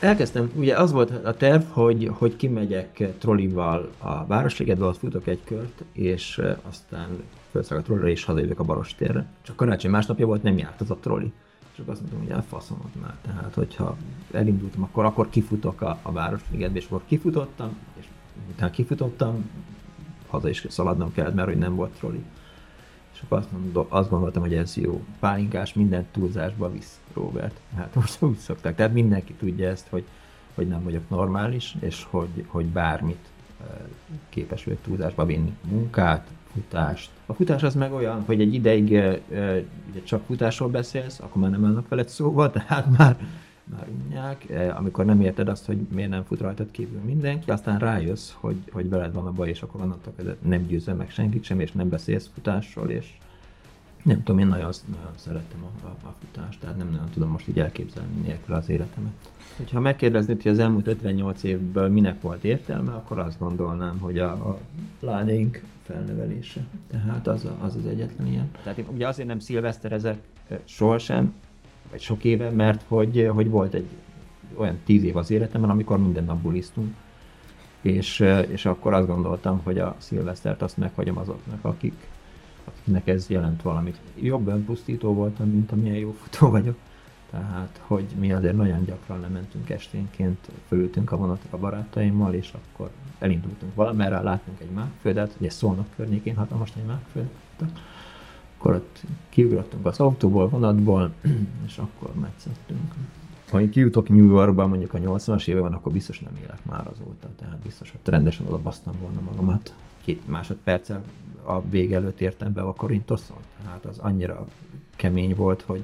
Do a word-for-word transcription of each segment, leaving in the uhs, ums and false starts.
elkezdtem, ugye az volt a terv, hogy, hogy kimegyek trollival a Városligetbe, ott futok egy kört, és aztán felszállok a trollira, és hazajövök a Barostérre. Csak karácsony másnapja volt, nem járt az a trolli. Csak azt mondtam, hogy elfaszomod már. Tehát, hogyha elindultam, akkor, akkor kifutok a, a Városligetbe, és akkor kifutottam, és utána kifutottam, haza is szaladnom kellett, mert hogy nem volt trolli. És akkor azt, mondom, azt gondoltam, hogy ez jó. Pálinkás mindent túlzásba visz, Robert. Hát most úgy szokták. Tehát mindenki tudja ezt, hogy, hogy nem vagyok normális, és hogy, hogy bármit képes vagyok túlzásba vinni. Munkát, futást. A futás az meg olyan, hogy egy ideig ugye csak futásról beszélsz, akkor már nem állnak veled szóval, tehát már, már unják, amikor nem érted azt, hogy miért nem fut rajtad kívül mindenki, aztán rájössz, hogy, hogy veled van a baj, és akkor onnantól kezdve nem győzöl meg senkit sem, és nem beszélsz futásról, és nem tudom, én nagyon, nagyon szeretem a, a, a futást, tehát nem nagyon tudom most így elképzelni nélkül az életemet. Ha megkérdeznéd, hogy az elmúlt ötvennyolc évből minek volt értelme, akkor azt gondolnám, hogy a, a lányaink felnevelése. Tehát az, a, az az egyetlen ilyen. Tehát én ugye azért nem szilveszterezek sohasem, vagy sok éve, mert hogy, hogy volt egy olyan tíz év az életemben, amikor minden nap bulisztunk, és, és akkor azt gondoltam, hogy a szilvesztert azt meghagyom azoknak, akik, akiknek ez jelent valamit. Jobb önpusztító voltam, mint amilyen jó futó vagyok. Tehát, hogy mi azért nagyon gyakran lementünk esténként, fölültünk a vonatok a barátaimmal, és akkor elindultunk valamerre, láttunk egy mágföldet, ugye Szolnok környékén hatalmas egy mágföld. Akkor ott kiugrottunk az autóból, vonatból, és akkor metszettünk. Ha én kijutok New Yorkba mondjuk a nyolcvanas években, akkor biztos nem élek már azóta, tehát biztos, hogy rendesen oda basztam volna magamat. Két másodperccel a vég előtt értem be a Korintoszon, tehát az annyira kemény volt, hogy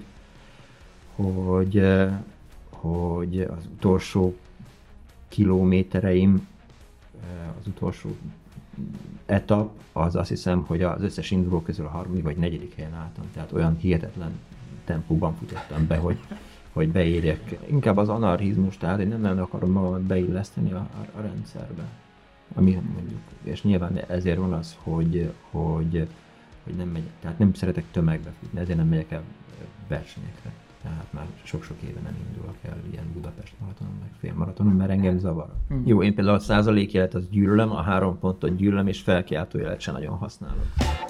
hogy, hogy az utolsó kilométereim, az utolsó etap, az azt hiszem, hogy az összes induló közül a harmadik vagy negyedik helyen álltam, tehát olyan hihetetlen tempóban futottam be, hogy, hogy beérjek. Inkább az anarchizmus, tehát én nem nagyon akarom magamat beilleszteni a, a, a rendszerbe. Ami mondjuk, és nyilván ezért van az, hogy, hogy, hogy nem megyek, tehát nem szeretek tömegbe futni, ezért nem megyek el versenyekre. Tehát már sok-sok éve nem indulok el ilyen Budapest maratonon, meg félmaratonon, mert engem zavar. Mm. Jó, én például a százalékjelet az gyűlölöm, a három pontot gyűlölöm, és felkiáltójelet sem nagyon használok.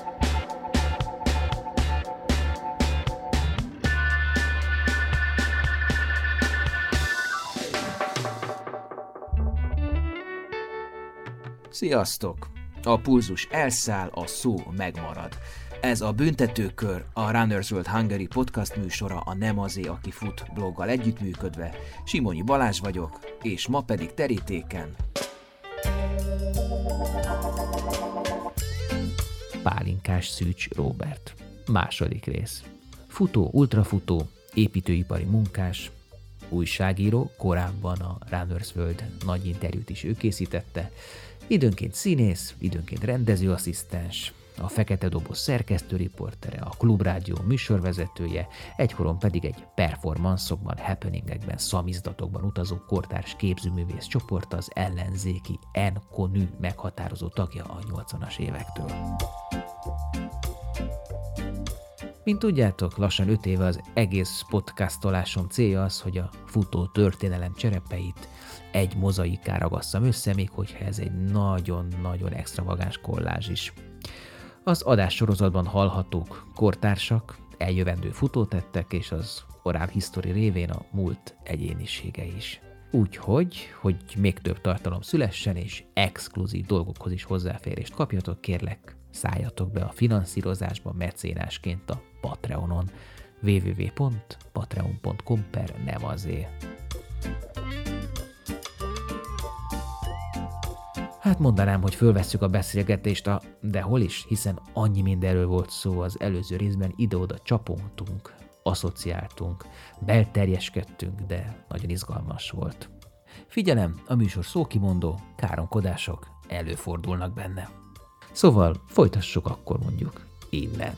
Sziasztok! A pulzus elszáll, a szó megmarad. Ez a Büntetőkör, a Runner's World Hungary podcast műsora a Nem azé, aki fut bloggal együttműködve. Simonyi Balázs vagyok, és ma pedig terítéken Pálinkás Szűcs Róbert. Második rész. Futó, ultrafutó, építőipari munkás, újságíró, korábban a Runner's World nagy interjút is ő készítette, időnként színész, időnként rendezőasszisztens, a Fekete Doboz szerkesztőriportere, a Klubrádió műsorvezetője, egykoron pedig egy performanszokban, happeningekben, szamizdatokban utazó kortárs képzőművész csoport, az ellenzéki N-konű meghatározó tagja a nyolcvanas évektől. Mint tudjátok, lassan öt éve az egész podcastolásom célja az, hogy a futó történelem cserepeit egy mozaiká ragasszam össze, még hogyha ez egy nagyon-nagyon extravagáns kollázs is. Az adássorozatban hallhatók kortársak, eljövendő futótettek és az oral history révén a múlt egyénisége is. Úgyhogy, hogy még több tartalom szülessen és exkluzív dolgokhoz is hozzáférést kapjatok, kérlek, szálljatok be a finanszírozásba mecénásként a Patreonon double-u double-u double-u pont patreon pont com per nemazé. Hát mondanám, hogy fölvesszük a beszélgetést, a, de hol is, hiszen annyi mindenről volt szó az előző részben, ide-oda csapongtunk, asszociáltunk, belterjeskedtünk, de nagyon izgalmas volt. Figyelem, a műsor szókimondó, káromkodások előfordulnak benne. Szóval folytassuk akkor mondjuk innen.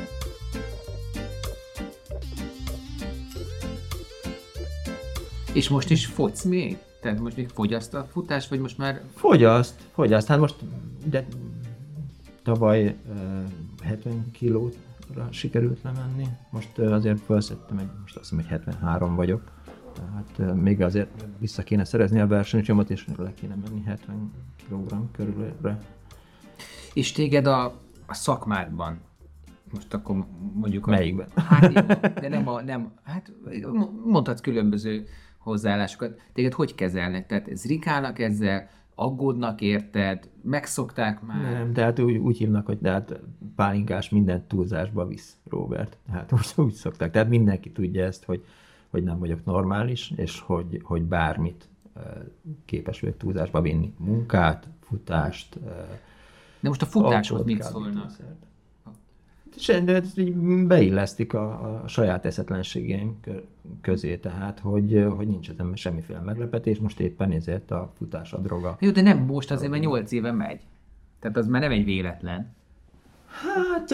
És most is fogysz még? Tehát most még fogyaszt a futás, vagy most már... Fogyaszt, fogyaszt. Hát most de tavaly uh, hetven kilóra sikerült lemenni. Most uh, azért felszettem, egy, most azt hiszem, hogy hetvenhárom vagyok. Tehát hát még azért vissza kéne szerezni a versenycsomat, és le kéne menni hetven kilogramm körülre. És téged a, a szakmádban, most akkor mondjuk... A, Melyikben? Hát, de nem a... Nem, hát mondhatsz különböző hozzáállásokat. Téged hogy kezelnek? Tehát zrikálnak ezzel, aggódnak érted, megszokták már? Nem, tehát úgy, úgy hívnak, hogy tehát pálinkás minden túlzásba visz, Robert. Hát most úgy szokták. Tehát mindenki tudja ezt, hogy, hogy nem vagyok normális, és hogy, hogy bármit képes vagyok túlzásba vinni. Munkát, futást. De most a futáshoz mit szólnak? De ezt így beillesztik a, a saját eszetlenségeim közé, tehát, hogy, hogy nincs ezen semmiféle meglepetés, most éppen ezért a futás a droga. Jó, de nem most, azért mert nyolc éve megy. Tehát az már nem egy véletlen. Hát,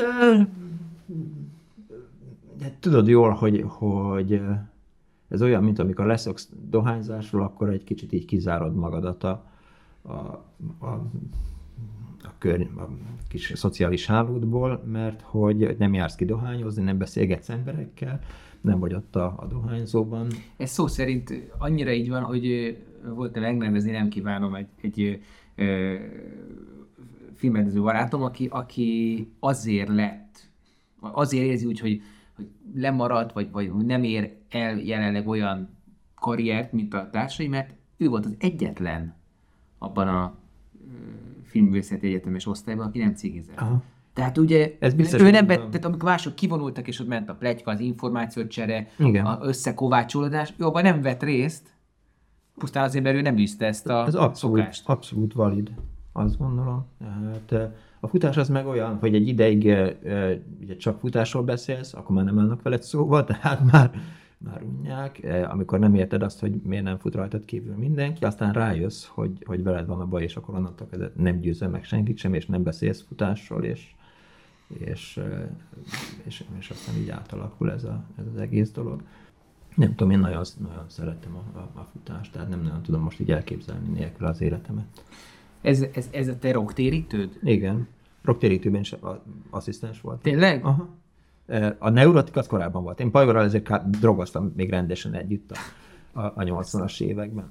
de tudod jól, hogy, hogy ez olyan, mint amikor leszoksz dohányzásról, akkor egy kicsit így kizárod magadat a, a, a A, kör, a kis szociális hálódból, mert hogy nem jársz ki dohányozni, nem beszélgetsz emberekkel, nem vagy ott a, a dohányzóban. Ez szó szerint annyira így van, hogy volt-e megnevezni, nem kívánom, egy, egy ö, filmrendező barátom, aki, aki azért lett, azért érzi úgy, hogy, hogy lemaradt, vagy, vagy nem ér el jelenleg olyan karriert, mint a társai, mert ő volt az egyetlen abban a filmművészeti egyetemes osztályban, aki nem cigizett. Aha. Tehát ugye ez biztos, ő nem, bet, tehát amikor mások kivonultak, és ott ment a pletyka, az információcsere, a összekovácsolódás, ő abban nem vett részt, pusztán azért, mert ő nem űzte ezt a ez abszolút, szokást. Abszolút valid, azt gondolom. Hát, a futás az meg olyan, hogy egy ideig ugye csak futásról beszélsz, akkor már nem állnak veled szóval, tehát már már unják, amikor nem érted azt, hogy miért nem fut rajtad kívül mindenki, aztán rájössz, hogy, hogy veled van a baj, és akkor onnantól kezdve nem győzöl meg senkit sem, és nem beszélsz futásról, és, és, és, és aztán így átalakul ez, a, ez az egész dolog. Nem tudom, én nagyon, nagyon szeretem a, a, a futást, tehát nem nagyon tudom most így elképzelni nélkül az életemet. Ez, ez, ez a te rocktérítőd? Igen. Rocktérítőben is asszisztens volt. Tényleg? Aha. A neurotik az korábban volt. Én Pajvarral ezért drogoztam még rendesen együtt a, a, a nyolcvanas években.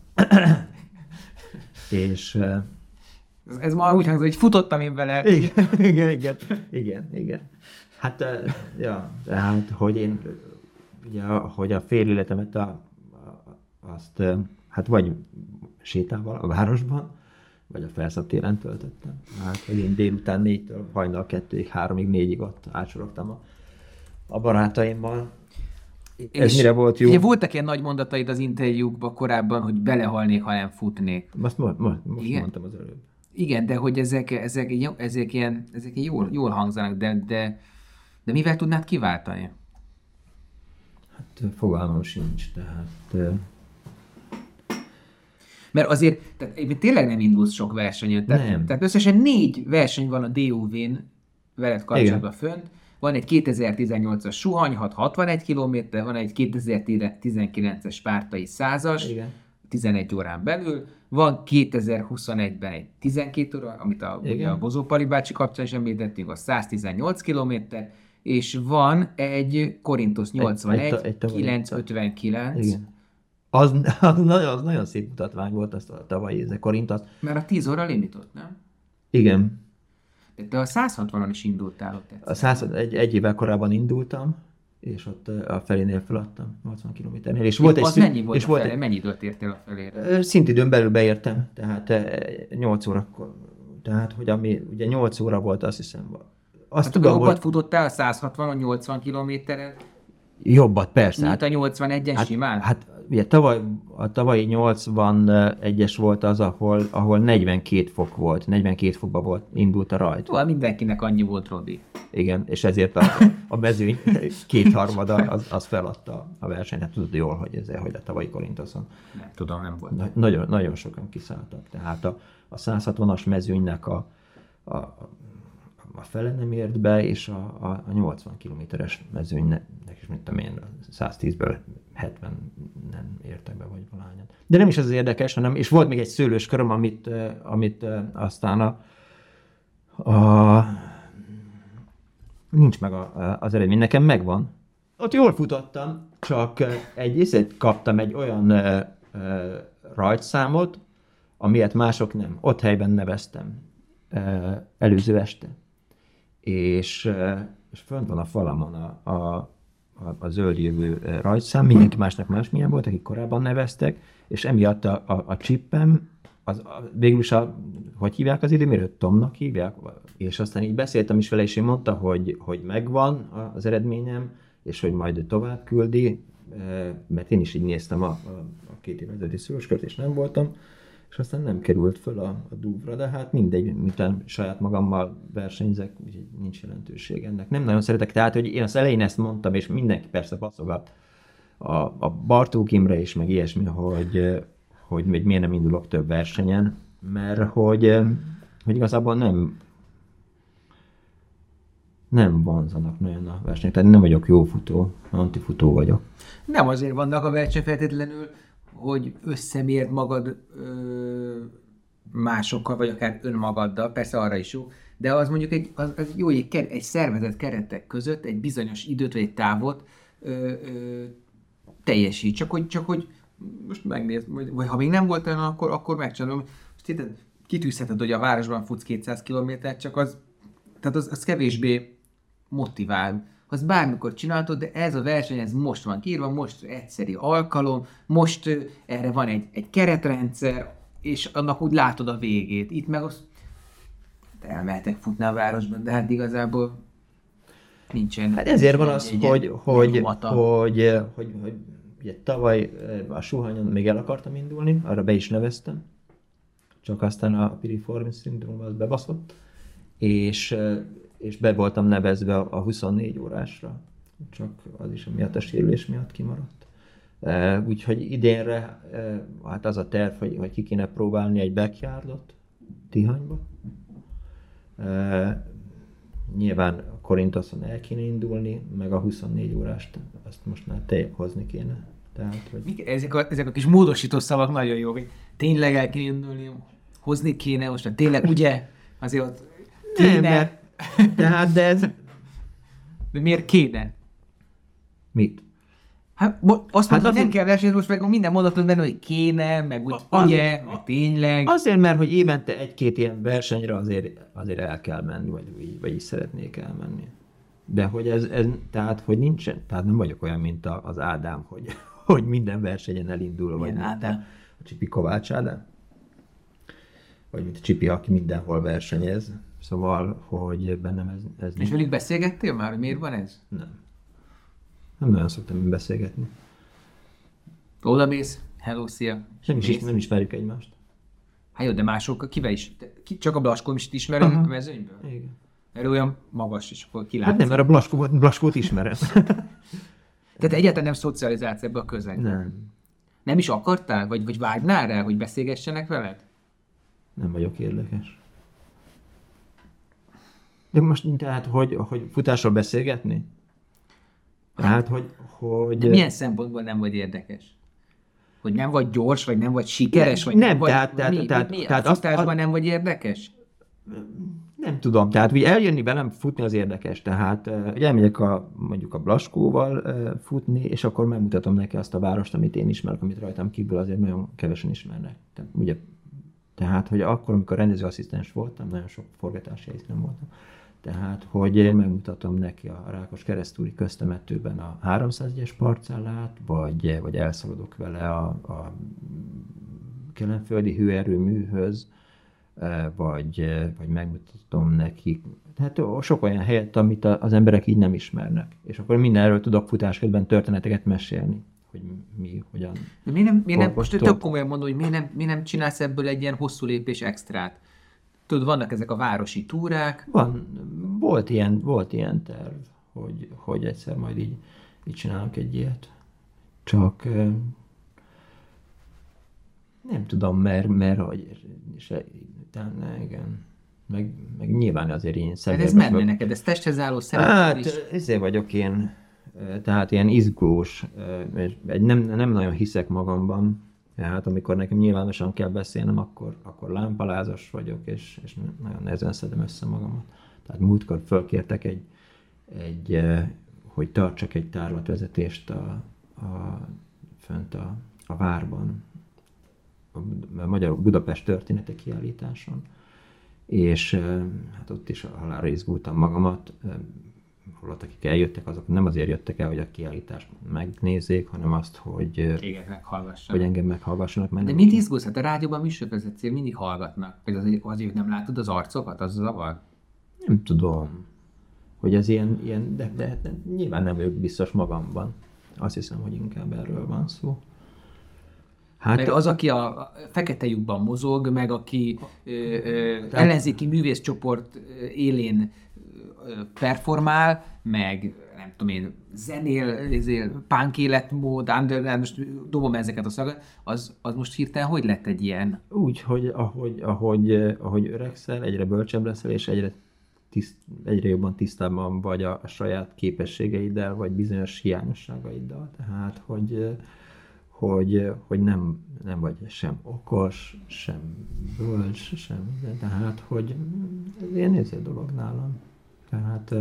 És... Ez, ez ma úgy hangzik, hogy futottam én vele. Igen, igen, igen, igen, igen. Hát, ja, tehát, hogy én, ugye, hogy a fél életemet a, a, azt, hát vagy sétával a városban, vagy a Felszabtéren töltöttem. Hát, hogy én délután négytől hajnal kettőig, háromig, négyig ott átsorogtam a a barátaimmal. Ez és mire volt jó? Ugye voltak ilyen nagy mondataid az interjúkban korábban, hogy belehalnék, ha nem futnék. Most, most, most mondtam az előbb. Igen, de hogy ezek, ezek, ezek, ilyen, ezek jól, jól hangzanak, de, de, de mivel tudnád kiváltani? Hát fogalmam sincs, tehát... Mert azért, tehát tényleg nem indulsz sok versenyen. Tehát, nem. Tehát összesen négy verseny van a dé o vén veled kapcsolatban fönt. Van egy kétezer-tizennyolcas Suhany, hatvanegy kilométer, van egy kétezer-tizenkilences Spártai százas, igen. tizenegy órán belül, van kétezer-huszonegyben egy tizenkét óra, amit a, ugye a Bozó Pali bácsi kapcsán is említettünk, a száztizennyolc kilométer, és van egy Korintusz nyolcvanegy, kilencszázötvenkilenc. Igen. Az, az, nagyon, az nagyon szép mutatvány volt azt a tavalyi ez a Korintusz. Mert a tíz óra limitot, nem? Igen. De te a száz hatvanon is indultál ott egyszer. A száz, egy, egy évvel korábban indultam, és ott a felénél feladtam, nyolcvan kilométernél. És volt egy az szü- mennyi volt és a volt felé? egy... Mennyi időt értél a felére? Szintidőn belül beértem, tehát nyolc órakor. Tehát, hogy ami ugye nyolc óra volt, azt hiszem. Azt hát tudom, jobbat volt... futottál a száz hatvanon nyolcvan kilométeren? Jobbat, persze. Mint hát, a nyolcvanegyen hát, simán? Hát ugye tavaly, a tavalyi nyolcvanegyes volt az, ahol, ahol negyvenkét fok volt, negyvenkét fokban volt, indult a rajt. Szóval mindenkinek annyi volt, Rodi. Igen, és ezért a, a mezőny kétharmada az, az feladta a versenyt. Hát tudod jól, hogy ez hogy a tavalyi Korintuszon. Nem tudom, nem volt. Na, nagyon, nagyon sokan kiszálltak. Tehát a, a száz hatvanas mezőnynek a, a, a fele nem ért be, és a, a, a nyolcvan kilométeres mezőnynek is, mint tudom én, száz tízből hetven nem értek be, vagy valahányan. De nem is ez az érdekes, hanem, és volt még egy szőlős köröm, amit, amit aztán a, a nincs meg a, az eredmény. Nekem megvan. ott jól futottam, csak egy észét kaptam egy olyan ö, ö, rajtszámot, amilyet mások nem. Ott helyben neveztem ö, előző este. És, ö, és fönt van a falamon a, a, a, a zöld jövő rajtszám, mindenki másnak másmilyen volt, akik korábban neveztek, és emiatt a, a, a csippem, az, a, végül is a, hogy hívják az időmérőt? Tomnak hívják? És aztán így beszéltem is vele, és ő mondta, hogy, hogy megvan az eredményem, és hogy majd tovább küldi, mert én is így néztem a, a, a két év ezelőtti szülőskört, és nem voltam, és aztán nem került föl a, a dúvra, de hát mindegy, miután saját magammal versenyzek, úgyhogy nincs jelentőség ennek. Nem nagyon szeretek, tehát, hogy én az elején ezt mondtam, és mindenki persze baszogat a, a Bartók Imre is, meg ilyesmi, hogy, hogy még miért nem indulok több versenyen, mert hogy, hogy igazából nem nem vonzanak nagyon a versenyek, tehát nem vagyok jó futó, antifutó vagyok. Nem azért vannak a verseny feltétlenül, hogy összemérd magad ö, másokkal, vagy akár önmagaddal, persze arra is jó, de az mondjuk egy, az, az jó, egy, egy szervezett keretek között egy bizonyos időt vagy egy távot ö, ö, teljesít, csak hogy, csak hogy most megnézd, vagy, vagy ha még nem volt olyan, akkor, akkor megcsinálom. Most kitűzheted, hogy a városban futsz kétszáz kilométert, csak az, tehát az, az kevésbé motivál. Azt bármikor csináltad, de ez a verseny, ez most van kiírva, most egyszeri alkalom, most uh, erre van egy, egy keretrendszer, és annak úgy látod a végét. Itt meg azt elmehetek futni a városban, de hát igazából nincsen. Hát ezért van az, egy, hogy, hogy, hogy, hogy, hogy, hogy ugye, tavaly a Suhanyon még el akartam indulni, arra be is neveztem, csak aztán a piriformis szindróma az bebaszott, és és be voltam nevezve a huszonnégy órásra, csak az is miatt a sérülés miatt kimaradt. Úgyhogy idénre hát az a terv, hogy, hogy ki kéne próbálni egy backyardot Tihanyba. Nyilván a Korintoszon el kéne indulni, meg a huszonnégy órást, azt most már te hozni kéne. Tehát, hogy... ezek, a, ezek a kis módosító szavak nagyon jók, hogy tényleg el kéne indulni, hozni kéne, most már tényleg ugye azért ott kéne... Nem, mert tehát, de ez... De miért kéne? Mit? Hát azt hát mondod, az nem kell versenyezni, most meg minden mondatod benne, hogy kéne, meg úgy az, ugye, meg tényleg. Azért, mert hogy évente egy-két ilyen versenyre azért, azért el kell menni, vagy, vagy is szeretnék elmenni. De hogy ez, ez, tehát, hogy nincsen, tehát nem vagyok olyan, mint az Ádám, hogy, hogy minden versenyen elindul, vagy Ádám? A Csipi Kovács Ádám? Vagy mint a Csipi, aki mindenhol versenyez. Szóval, hogy bennem ez... ez és velük beszélgettél már, hogy miért van ez? Nem. Nem nagyon szoktam én beszélgetni. Oda mész, hello, szia. Nem is, nem ismerjük egymást. Hát jó, de másokkal kivel is? Ki, csak a Blaskó is ismerem uh-huh. a mezőnyből? Igen. Mert olyan magas is, akkor kilátsz. Hát nem, mert a Blaskót, Blaskót ismerem. Tehát egyáltalán nem szocializálsz ebbe a közegbe? Nem. Nem is akartál? Vagy, vagy vágynál rá, hogy beszélgessenek veled? Nem vagyok érdekes. De most tehát, hogy, hogy futásról beszélgetni? Tehát, hogy... hogy... De milyen szempontból nem vagy érdekes? Hogy nem vagy gyors, vagy nem vagy sikeres? Vagy nem, nem vagy, tehát... tehát, mi, tehát, mi, mi? tehát A futásban azt, nem vagy érdekes? Nem tudom, tehát hogy eljönni velem futni az érdekes, tehát hogy elmegyek a, mondjuk a Blaskóval futni, és akkor megmutatom neki azt a várost, amit én ismerek, amit rajtam kívül azért nagyon kevesen ismernek. Tehát, ugye, tehát, hogy akkor, amikor rendezőasszisztens voltam, nagyon sok forgatási helyszínen voltam, tehát, hogy megmutatom neki a Rákos keresztúri köztemetőben a háromszázegyes parcellát, vagy, vagy elszaladok vele a, a kelenföldi hőerőműhöz, vagy, vagy megmutatom neki. Tehát sok olyan helyet, amit az emberek így nem ismernek. És akkor mindenről tudok futás közben történeteket mesélni, hogy mi, hogyan... De miért nem, miért nem most tök komolyan mondom, hogy miért nem, miért nem csinálsz ebből egy ilyen hosszú lépés extrát? Tudod, vannak ezek a városi túrák. Van, volt ilyen, volt ilyen terv, hogy, hogy egyszer majd így, így csinálunk egy ilyet. Csak nem tudom, mert, mert hogy se, de, igen. Meg, meg nyilván azért én személyben... Ez menne neked, ez testhez álló szeretet hát, is. Hát ezért vagyok én, tehát ilyen izgós, nem, nem nagyon hiszek magamban. Hát amikor nekem nyilvánosan kell beszélnem, akkor, akkor lámpalázas vagyok, és, és nagyon nehezen szedem össze magamat. Tehát múltkor fölkértek egy, egy hogy tartsak egy tárlatvezetést a, a, fönt a, a várban, a Magyar Budapest története kiállításon, és hát ott is halálra izgultam magamat, holott akik eljöttek, azok nem azért jöttek el, hogy a kiállítást megnézzék, hanem azt, hogy, hogy engem meghallgassanak. Mert de mit izgulsz? Hát a rádióban műsorvezetők mindig hallgatnak. Vagy azért, azért nem látod az arcokat? Az zavar? Nem tudom, hogy ez ilyen, ilyen de, de, de nyilván nem vagyok biztos magamban. Azt hiszem, hogy inkább erről van szó. Hát meg az, aki a fekete lyukban mozog, meg aki ö, ö, ellenzéki művészcsoport élén performál, meg nem tudom én, zenél, punk életmód, underground, most dobom ezeket a szagakat, az, az most hirtelen hogy lett egy ilyen? Úgy, hogy ahogy, ahogy, ahogy öregszel, egyre bölcsebb leszel, és egyre, tiszt, egyre jobban tisztában vagy a, a saját képességeiddel, vagy bizonyos hiányosságaiddal. Tehát, hogy, hogy, hogy nem, nem vagy sem okos, sem bölcs, sem, tehát, hogy ez ilyen néző dolog nálam. Tehát,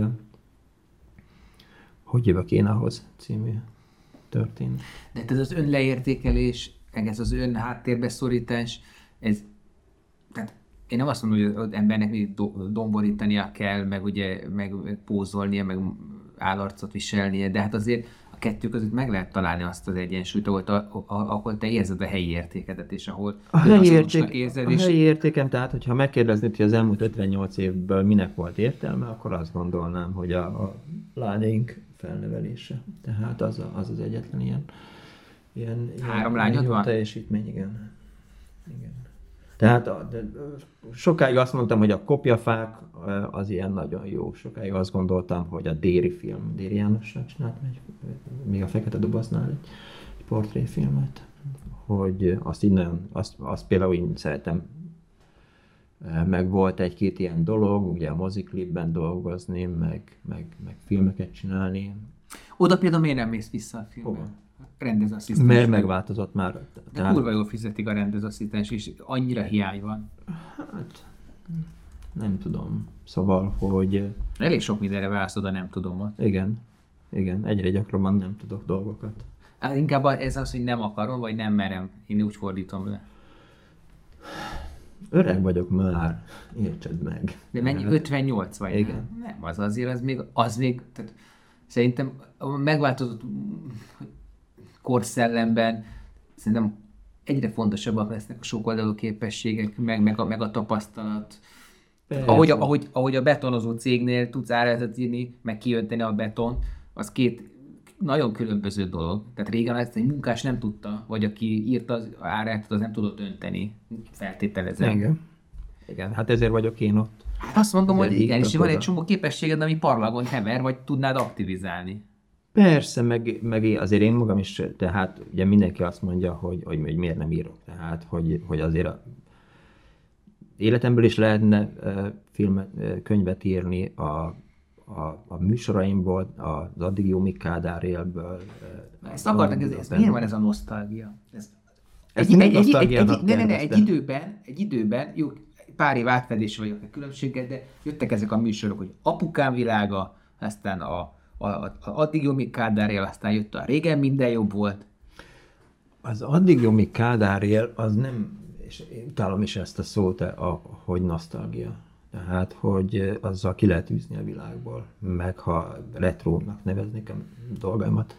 hogy jövök én ahhoz című történet. De ez az önleértékelés, ez az ön háttérbeszorítás, ez, tehát én nem azt mondom, hogy az embernek mindig domborítania kell, meg ugye, meg, meg pózolnia, meg állarcot viselnie, de hát azért a kettő között meg lehet találni azt az egyensúlyt, ahol, a, ahol te érzed a helyi értékedet, és ahol a helyi, érték, érzed, a és... helyi értékem, tehát hogyha megkérdeznéd, hogy az elmúlt ötvennyolc évből minek volt értelme, akkor azt gondolnám, hogy a, a lányaink felnevelése. Tehát az a, az, az egyetlen ilyen, ilyen, Három lányod van? Teljesítmény, igen. igen. Tehát a, de sokáig azt mondtam, hogy a kopjafák az ilyen nagyon jó. Sokáig azt gondoltam, hogy a Déri film, Déri Jánossal csináltam egy, még a Fekete Doboznál egy, egy portréfilmet, hogy azt így nagyon, azt, azt például így szeretem. Meg volt egy-két ilyen dolog, ugye a moziklipben dolgozni, meg, meg, meg filmeket csinálni. Oda például miért nem mész vissza a filmben? Hova? Rendezőasszisztens. Mert megváltozott már. De tehát... kurva jól fizetik a rendezőasszisztens, és annyira hiány van. Hát, nem tudom. Szóval, hogy... Elég sok mindenre válasz oda, nem tudom. Igen. Igen. Egyre gyakrabban nem tudok dolgokat. Hát inkább ez az, hogy nem akarom, vagy nem merem. Én úgy fordítom le. Öreg vagyok már. Értsed meg. De mennyi? Hát... ötvennyolc vagy? Igen. Nem, nem az azért, az még... Az még tehát szerintem megváltozott korszellemben szerintem egyre fontosabbak lesznek a sokoldalú képességek, meg, meg, a, meg a tapasztalat. Ahogy a, ahogy, ahogy a betonozó cégnél tudsz áratot írni, meg kiönteni a beton, az két nagyon különböző dolog. Tehát régen ezt egy munkás nem tudta, vagy aki írta az áratot, az nem tudott önteni, feltételezem. Igen. Igen, hát ezért vagyok én ott. Hát azt mondom, ezért hogy igen, és van egy csomó képességed, ami parlagon hever, vagy tudnád aktivizálni. Persze, meg, meg azért én magam is, tehát ugye mindenki azt mondja, hogy, hogy, hogy miért nem írok. Tehát, hogy, hogy azért a életemből is lehetne uh, filmet, uh, könyvet írni, a, a, a műsoraimból, az Addig jó Mik Kádár élből. Uh, Ezt akarnak, ez, ez miért van ez a nosztalgia? Ez, egy, egy, egy, egy, egy, egy, ne, ne, ne, egy időben, egy időben, jó, pár év átfedés vagyok a különbséggel, de jöttek ezek a műsorok, hogy Apukám világa, aztán a A, a, a Addig jó Mik Kádár él, aztán jött a Régen minden jobb volt. Az Addig jó Mik Kádár él, az nem, és én utálom is ezt a szót, a, hogy nosztalgia. Tehát, hogy azzal ki lehet űzni a világból, meg ha retrónak neveznék a dolgaimat.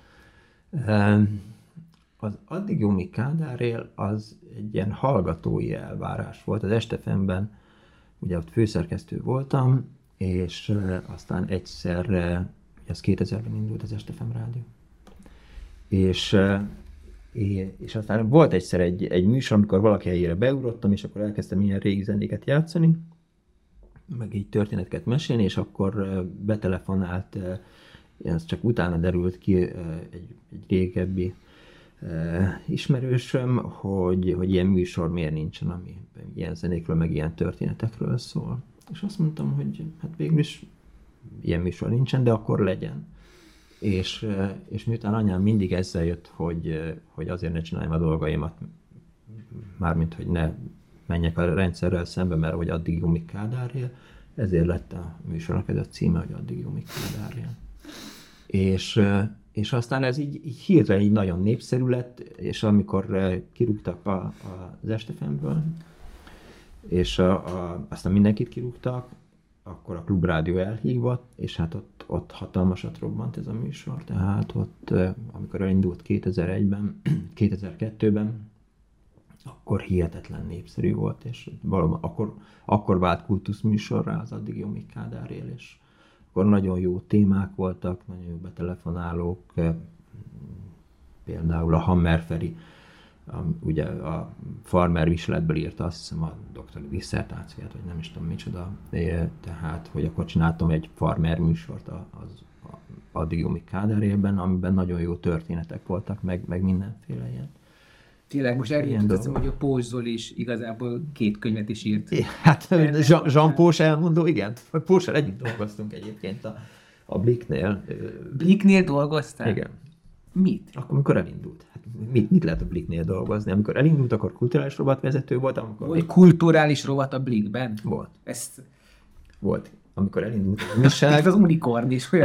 Az Addig jó Mik Kádár él, az egy ilyen hallgatói elvárás volt. Az Estefemben, ugye ott főszerkesztő voltam, és aztán egyszer az kétezerben indult az Estefem rádió. És, és aztán volt egyszer egy, egy műsor, amikor valaki helyére beugrottam, és akkor elkezdtem ilyen régi zenéket játszani, meg így történeteket mesélni, és akkor betelefonált, ez csak utána derült ki egy, egy régebbi ismerősöm, hogy, hogy ilyen műsor miért nincsen, ami ilyen zenékről, meg ilyen történetekről szól. És azt mondtam, hogy hát végül is ilyen műsor nincsen, de akkor legyen. És, és miután anyám mindig ezzel jött, hogy, hogy azért ne csináljam a dolgaimat, mármint, hogy ne menjek a rendszerrel szembe, mert hogy Addig jó Mik Kádár él, ezért lett a műsornak ez a címe, hogy Addig jó Mik Kádár él. És, és aztán ez így, így hirtelen így nagyon népszerű lett, és amikor kirúgtak a, a, az Estefemből, és a, a, aztán mindenkit kirúgtak, akkor a Klubrádió elhívott, és hát ott, ott hatalmasat robbant ez a műsor, tehát ott, amikor elindult kétezer-egyben, kétezer-kettőben, akkor hihetetlen népszerű volt, és valóban akkor, akkor vált kultuszműsorrá az Addig Jomik Kádár él, és akkor nagyon jó témák voltak, nagyon jó betelefonálók, például a Hammer Feri, ugye a farmer viseletből írta, azt hiszem, a doktori disszertációját, vagy nem is tudom micsoda, tehát, hogy akkor csináltam egy farmer műsort az Addig Jomik Kádár élben, amiben nagyon jó történetek voltak, meg, meg mindenféle ilyen. Tényleg, most eljutott, hogy a Pózs Zoli is igazából két könyvet is írt. É, hát Jean Pózs elmondó, igen. Pózssal együtt dolgoztunk egyébként a, a Blicknél. Blicknél dolgoztál? Igen. Mit? Akkor, amikor elindult. Hát mit, mit lehet a Blicknél dolgozni? Amikor elindult, akkor kulturális rovatvezető volt. Amikor Vagy kulturális rovat a Blickben? Volt. Ezt... Volt. Amikor elindult az újság. Ez az unikorn is.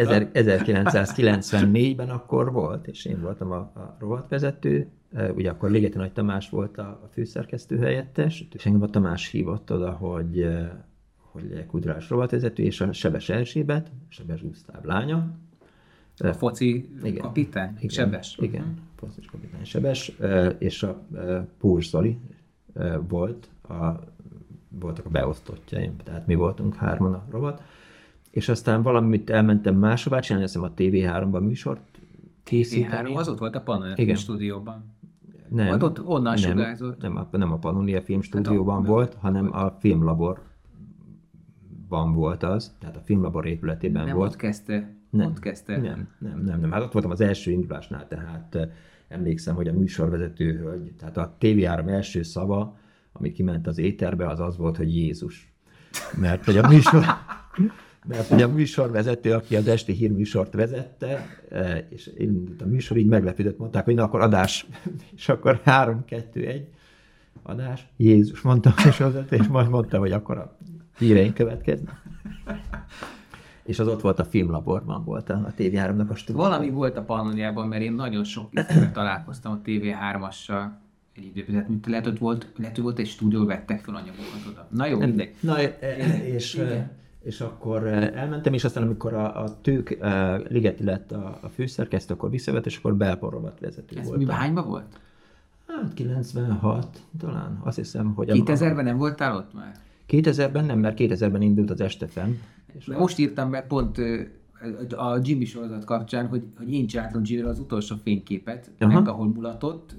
ezerkilencszázkilencvennégyben akkor volt, és én voltam a, a rovatvezető. Ugye akkor Ligeti Nagy Tamás volt a, a főszerkesztő helyettes, és engem a Tamás hívott oda, hogy, hogy egy kulturális rovatvezető, és a Sebes Erzsébet, Sebes Gusztáv lánya. A foci igen, kapitány? Igen, Sebes? Igen, uh-huh. foci kapitány Sebes, és a Pózs Zoli volt, a, voltak a beosztottjaim, tehát mi voltunk hárman a rovat, és aztán valamit elmentem máshová csinálni, azt hiszem a té vé háromban műsort készíteni. Az ott volt a Pannonia stúdióban. Nem, ott onnan sugárzott. Nem, nem, nem a Pannonia filmstúdióban hát volt, hanem volt. A filmlaborban volt az, tehát a filmlabor épületében nem volt. Nem ott kezdte? Nem, ott kezdte? Nem, nem, nem, nem. Hát ott voltam az első indulásnál, tehát emlékszem, hogy a műsorvezető hölgy, tehát a té vé három első szava, ami kiment az éterbe, az az volt, hogy Jézus. Mert hogy a műsor... Mert ugye a műsorvezető, aki az esti hírműsort vezette, és indult a műsor, így meglepődött, mondták, hogy na akkor adás, és akkor három, kettő, egy adás. Jézus mondta a műsorvezető, és majd mondta, hogy akkor a híreink következnek. És az ott volt a filmlaborban, volt a té vé háromnak a stúdió. Valami volt a Pannoniában, mert én nagyon sok időben találkoztam a té vé hármassal egy időben. Lehet, hogy volt, lehet, hogy volt egy stúdió, vettek fel anyagokat oda. Na jó, mindegy. Na, és... És akkor elmentem, és aztán amikor a, a Tők uh, Ligeti lett a, a főszerkesztő, akkor visszavett, és akkor belporrovat vezető volt. Ez voltam. mi hányban volt? Hát kilencvenhat talán, azt hiszem, hogy... kétezerben nem voltál ott már? kétezerben nem, mert kétezerben indult az Estefem. Most írtam be pont a Jimmy sorozat kapcsán, hogy, hogy én csináltam Jimmy-ről az utolsó fényképet, meg ahol mulatott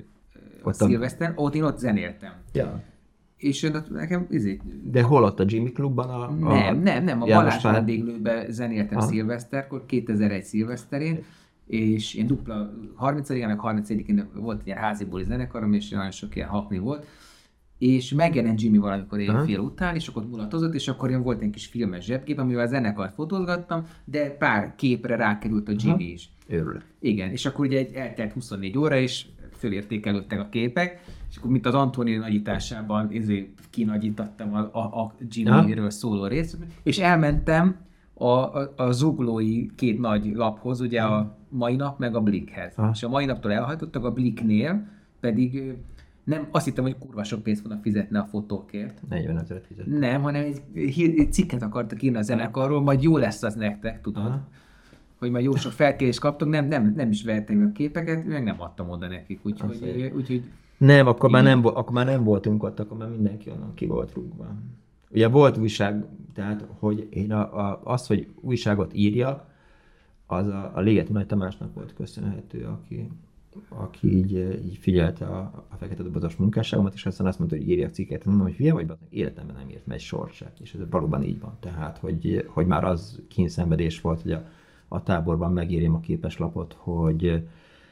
a szilveszteren, ott én ott zenéltem. Ja. És nekem izé... De hol ott a Jimmy Klubban? A, a nem, nem, nem, a Balázs vendéglőben zenéltem szilveszterkor, kétezer-egy szilveszterén, és én dupla harmincadikán, meg harmincegyedikén volt egy ilyen házi buli zenekarom, és nagyon sok ilyen hakni volt, és megjelent Jimmy valamikor éjfél után, és akkor mulatozott, és akkor én volt egy kis filmes zsebkép, amivel a zenekart fotózgattam, de pár képre rákerült a Jimmy Aha. is. Örülök. Igen, és akkor ugye egy, eltelt huszonnégy óra, és fölértékelődtek a képek, és akkor mint az Antoni nagyításában ezért kinagyítattam a, a, a Jimmy-ről szóló részt, és elmentem a, a, a zuglói két nagy laphoz, ugye a Mai Nap meg a Blickhez. Ha. És a Mai Naptól elhajtottak, a Blicknél pedig nem, azt hittem, hogy kurva sok pénzt fognak fizetni a fotókért. negyvenezret fizetni. Nem, hanem egy, egy cikket akartak írni a zenekarról, majd jó lesz az nektek, tudod. Aha. Hogy majd jó sok felkérést kaptok, nem, nem, nem is vettem a képeket, meg nem adtam oda nekik, úgyhogy... úgyhogy nem, akkor már nem, akkor már nem voltunk ott, akkor már mindenki onnan ki volt rúgva. Ugye volt újság, tehát hogy én a, a, az, hogy újságot írjak, az a, a Ligeti Nagy Tamásnak volt köszönhető, aki, aki így, így figyelte a, a fekete dobozos munkásságomat, és aztán azt mondta, hogy írjak cikket. Mondom, hogy hülye vagy, életemben nem írt meg sor se. És ez valóban így van. Tehát, hogy, hogy már az kínszenvedés volt, hogy a, a táborban megírjam a képeslapot, hogy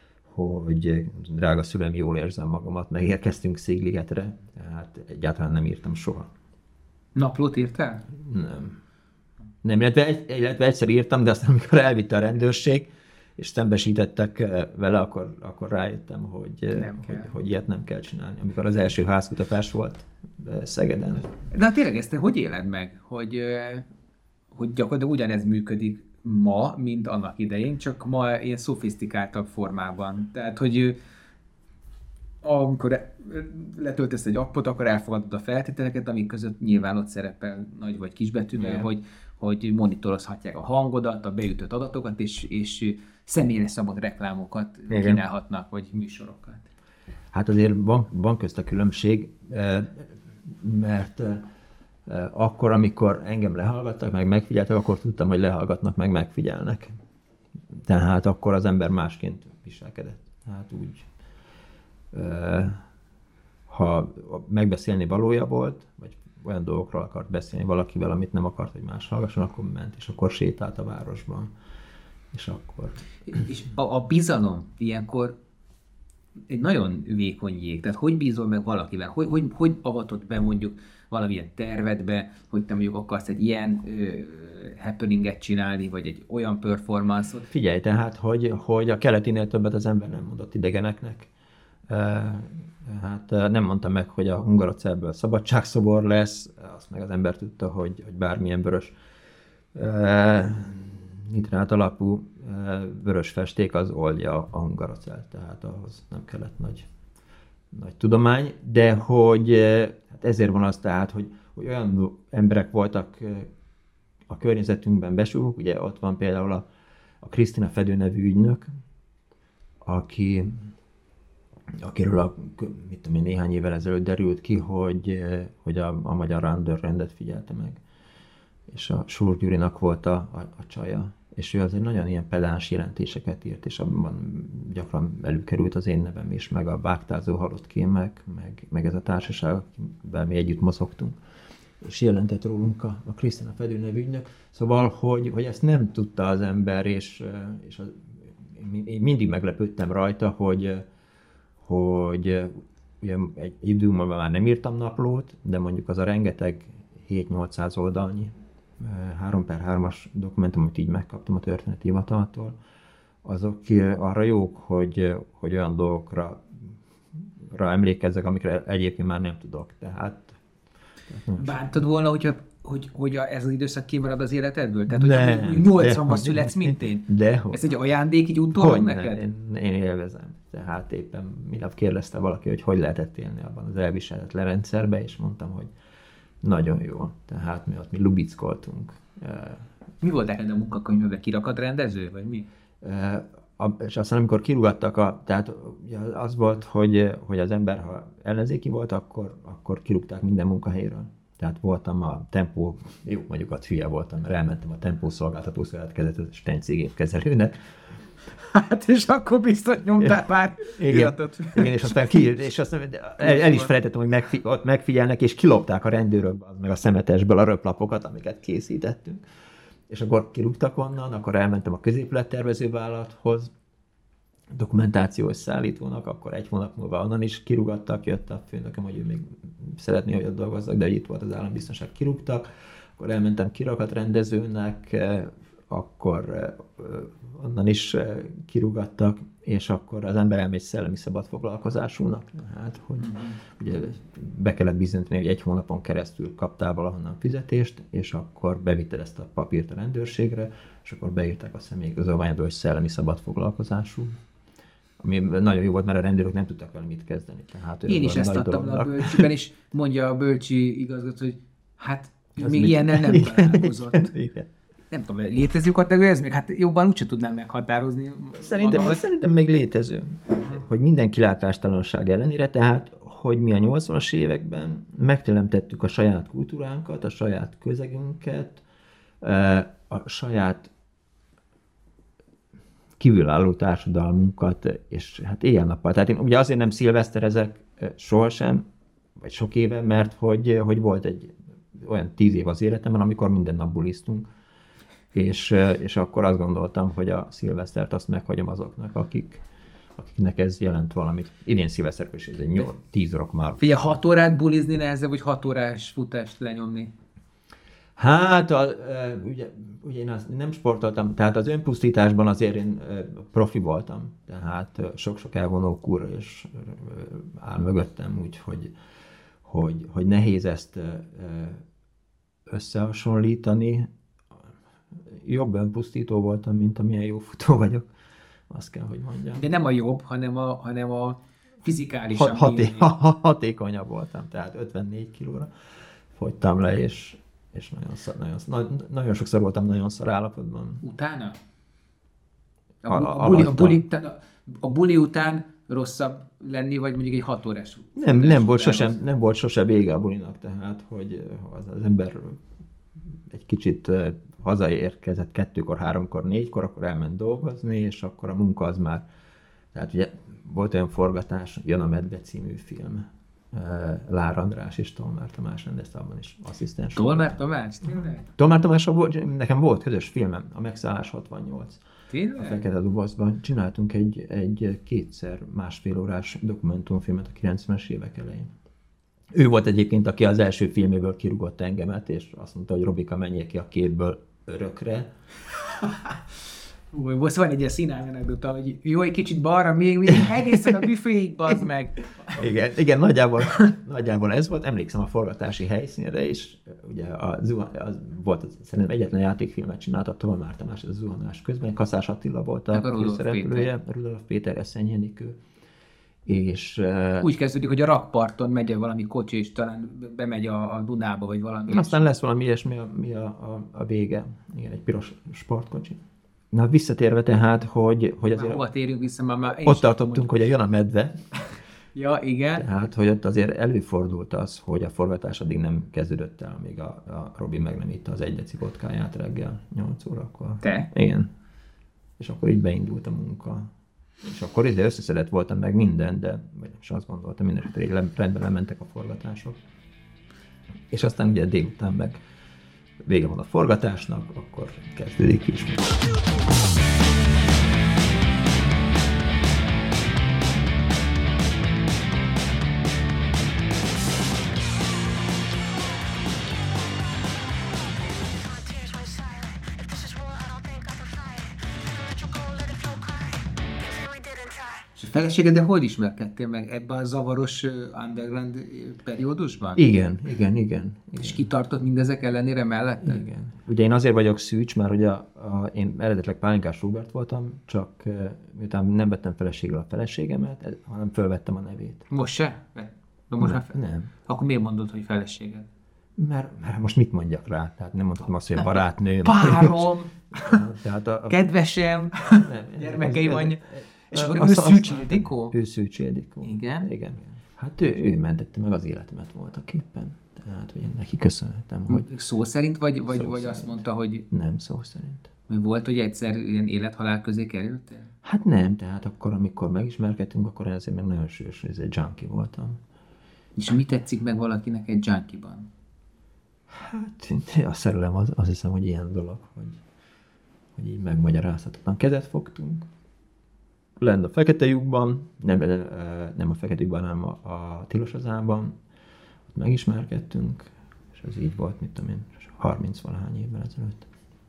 hogy drága szülem, jól érzem magamat, megérkeztünk Szigligetre, tehát egyáltalán nem írtam soha. Naplót írtál? Nem. Nem, illetve, egy, illetve egyszer írtam, de aztán amikor elvitte a rendőrség, és szembesítettek vele, akkor, akkor rájöttem, hogy, hogy, hogy ilyet nem kell csinálni. Amikor az első házkutatás volt Szegeden. De hát tényleg ezt te hogy éled meg, hogy, hogy gyakorlatilag ugyanez működik ma, mint annak idején, csak ma ilyen szofisztikáltabb formában. Tehát, hogy amikor letöltesz egy appot, akkor elfogadod a feltételeket, amik között nyilván ott szerepel nagy vagy kisbetűvel, hogy, hogy monitorozhatják a hangodat, a beütött adatokat, és, és személyre szabott reklámokat Igen. kínálhatnak, vagy műsorokat. Hát azért van, van közt a különbség, mert akkor, amikor engem lehallgattak, meg megfigyeltek, akkor tudtam, hogy lehallgatnak, meg megfigyelnek. Tehát akkor az ember másként viselkedett. Hát úgy, ha megbeszélni valója volt, vagy olyan dolgokról akart beszélni valakivel, amit nem akart, hogy más hallgasson, akkor ment, és akkor sétált a városban. És akkor... És a, a bizalom ilyenkor egy nagyon vékony jég. Tehát hogy bízol meg valakivel? Hogy, hogy, hogy avatod be mondjuk valamilyen tervedbe, hogy te mondjuk akarsz egy ilyen ö, happeninget csinálni, vagy egy olyan performance-ot? Figyelj tehát, hogy, hogy a keletinél többet az ember nem mondott idegeneknek. Hát nem mondta meg, hogy a Hungarocelből szabadságszobor lesz, azt meg az ember tudta, hogy, hogy bármilyen vörös nitrát alapú vörös festék az oldja a Hungarocelt, tehát ahhoz nem kellett nagy, nagy tudomány, de hogy hát ezért van az tehát, hogy, hogy olyan emberek voltak a környezetünkben besúgók, ugye ott van például a, a Krisztina Fedő nevű ügynök, aki, akiről a, mit tudom én, néhány évvel ezelőtt derült ki, hogy, hogy a, a magyar rendőrrendet figyelte meg, és a Súr Gyurinak volt a, a, a csaja. És ő azért nagyon ilyen pedáns jelentéseket írt, és abban gyakran előkerült az én nevem is, meg a Vágtázó halott kémek, meg, meg ez a társaság, akivel mi együtt mozogtunk, és jelentett rólunk a, a Krisztina Fedő nevű ügynök. Szóval, hogy, hogy ezt nem tudta az ember, és, és az, én mindig meglepődtem rajta, hogy, hogy ugye egy idő múlva már nem írtam naplót, de mondjuk az a rengeteg hét-nyolcszáz oldalnyi három per hármas dokumentum, amit így megkaptam a történeti hivataltól, azok arra jók, hogy, hogy olyan dolgokra emlékezzek, amikre egyébként már nem tudok. Tehát, tehát bántad volna, hogyha, hogy, hogy ez az időszak kimarad az életedből? Tehát, hogy nyolcvanban születsz, mint én? De, ez egy ajándék, így utólag neked? Én, én élvezem. Tehát éppen minap kérdezte valaki, hogy hogy lehetett élni abban az elviselhetetlen rendszerben, és mondtam, hogy nagyon jó. Tehát mi ott mi lubickoltunk. Mi volt neked a munkakönyvben? Kirakatrendező, vagy mi? A, és aztán amikor kirúgattak, a, tehát az volt, hogy, hogy az ember, ha ellenzéki volt, akkor, akkor kirúgták minden munkahelyről. Tehát voltam a Tempó, jó, mondjuk ott hülye voltam, mert elmentem a Tempó szolgáltató szövetkezetes ténycégépkezelőnek. Hát és akkor biztos nyomtál pár iratot. Igen, és aztán, ki, és aztán el, el is felejtettem, hogy megfi, ott megfigyelnek, és kilopták a rendőrök meg a szemetesből a röplapokat, amiket készítettünk. És akkor kirúgtak onnan, akkor elmentem a középülettervezővállalathoz, dokumentációs szállítónak, akkor egy hónap múlva onnan is kirúgattak, jött a főnököm, hogy ő még szeretné, hogy ott dolgozzak, de itt volt az állambiztonság, kirúgtak. Akkor elmentem kirakatrendezőnek, akkor onnan is kirúgattak, és akkor az ember elmegy szellemi szabadfoglalkozásúnak. Hát, hogy mm-hmm. ugye be kellett bizonyítani, hogy egy hónapon keresztül kaptál valahonnan fizetést, és akkor bevitted ezt a papírt a rendőrségre, és akkor beírták a személyigazolványodba, hogy szellemi szabadfoglalkozású. Ami nagyon jó volt, mert a rendőrök nem tudtak vele mit kezdeni. Tehát én is ezt adtam a bölcsiben, és mondja a bölcsi igazgató, hogy hát még ilyennel nem találkozott. Nem tudom, létező kategória ez még? Hát jobban úgyse tudnám meghatározni. Szerintem, szerintem még létező. Hogy minden kilátástalanság ellenére, tehát, hogy mi a nyolcvanas években megteremtettük a saját kultúránkat, a saját közegünket, a saját kívülálló társadalmunkat, és hát éjjel-nappal. Tehát én ugye azért nem szilveszterezek sohasem, vagy sok éve, mert hogy, hogy volt egy olyan tíz év az életemben, amikor minden nap bulisztunk. És, és akkor azt gondoltam, hogy a szilvesztert azt meghagyom azoknak, akik, akiknek ez jelent valamit. Idén szilveszterkor is ez egy nyolc, tíz rok már. Figyelj, hat órát bulizni nehezebb, vagy hat órás futást lenyomni? Hát, a, ugye, ugye én azt nem sportoltam, tehát az önpusztításban azért én profi voltam. Tehát sok-sok elvonó kur, és áll mögöttem úgy, hogy, hogy, hogy nehéz ezt összehasonlítani. jobb önpusztító voltam, mint amilyen jó futó vagyok. Azt kell, hogy mondjam. De nem a jobb, hanem a, hanem a fizikálisan. Hat, haté, ha, hatékonyabb voltam, tehát ötvennégy kilóra fogytam le, és, és nagyon, szar, nagyon, nagyon, nagyon sokszor voltam nagyon szar állapotban. Utána? A, A, a, buli, a, buli, a, a buli után rosszabb lenni, vagy mondjuk egy hat órás? Nem, nem, volt sosem, nem volt sosem vége a bulinak, tehát, hogy az, az ember egy kicsit hazaérkezett kettőkor, háromkor, négykor, akkor elment dolgozni, és akkor a munka az már, tehát ugye volt olyan forgatás, Jön a medve című film, Lár András és Tolmár Tamás rendezte, abban is asszisztens. Tolmár Tamás? Tényleg? Tolmár Tamás, nekem volt közös filmem, a Megszállás hatvannyolc. Tényleg? A Fekete Dobozban. Csináltunk egy, egy kétszer másfél órás dokumentumfilmet a kilencvenes évek elején. Ő volt egyébként, aki az első filméből kirúgott engemet, és azt mondta, hogy Robika, menjél ki a képből örökre. Új, most van egy ilyen színálmi anekdota, hogy jó, egy kicsit balra, még, még egészen a büféig, bazd meg. Igen, igen nagyjából, nagyjából ez volt. Emlékszem a forgatási helyszínre is. Ugye az, az volt az, szerintem egyetlen játékfilmet csináltak Tolmár Tamás, ez a zuhanás közben. Kaszás Attila volt a főszereplője, Rudolf Péter, Eszenyi Enikő. És, úgy kezdődik, hogy a rakparton megy valami kocsi, és talán bemegy a, a Dunába, vagy valami. Aztán lesz valami ilyesmi, a, mi a, a, a vége. Igen, egy piros sportkocsi. Na, visszatérve tehát, hogy, hogy azért... Hova térjünk vissza, már, már ott tartottunk, hogy a Jön a medve. Ja, igen. Tehát, hogy ott azért előfordult az, hogy a forgatás addig nem kezdődött el, amíg a, a Robi meg nem itta az egy deci vodkáját reggel nyolc órakor. Te? Igen. És akkor így beindult a munka. És akkor ide összeszedett voltam meg minden, de vagy nem is azt gondoltam, minden esetre így rendben lementek a forgatások. És aztán ugye délután meg vége van a forgatásnak, akkor kezdődik is. Feleségeddel hogy ismerkedtél meg ebben a zavaros underground periódusban? Igen, igen, igen. igen. És kitartott mindezek ellenére mellette? Igen. Ugye én azért vagyok szűcs, mert ugye a, a, én eredetileg Pálinkás Róbert voltam, csak miután nem vettem feleségül a feleségemet, hanem fölvettem a nevét. Most se? De most nem, fel... nem. Akkor miért mondod, hogy feleséged? Mert, mert most mit mondjak rá? Tehát nem mondhatom azt, hogy a barátnőm. Párom! Tehát a, a... Kedvesem! Nem, gyermekeim anyja. És akkor ő Szűcs Ildikó? Ő Szűcs Ildikó. Igen? Igen. Hát ő, ő mentette meg az életemet voltak éppen. Tehát, hogy én neki köszönhetem, hogy... Szó szerint, vagy, vagy, szó vagy szerint. Azt mondta, hogy... Nem, szó szerint. Volt, hogy egyszer ilyen élet-halál közé kerültél? Hát nem, tehát akkor, amikor megismerkedtünk, akkor én azért meg nagyon sűrűs, ez egy junkie voltam. És mi tetszik meg valakinek egy junkie-ban? Hát a szerelem az, azt hiszem, hogy ilyen dolog, hogy, hogy így megmagyarázhatatlan. Kezet fogtunk, lent a Fekete lyukban, nem, nem a Fekete lyukban, hanem a, a Tilos Azában, ott megismerkedtünk, és ez így volt, mit tudom én, harminc-valahány évvel ezelőtt.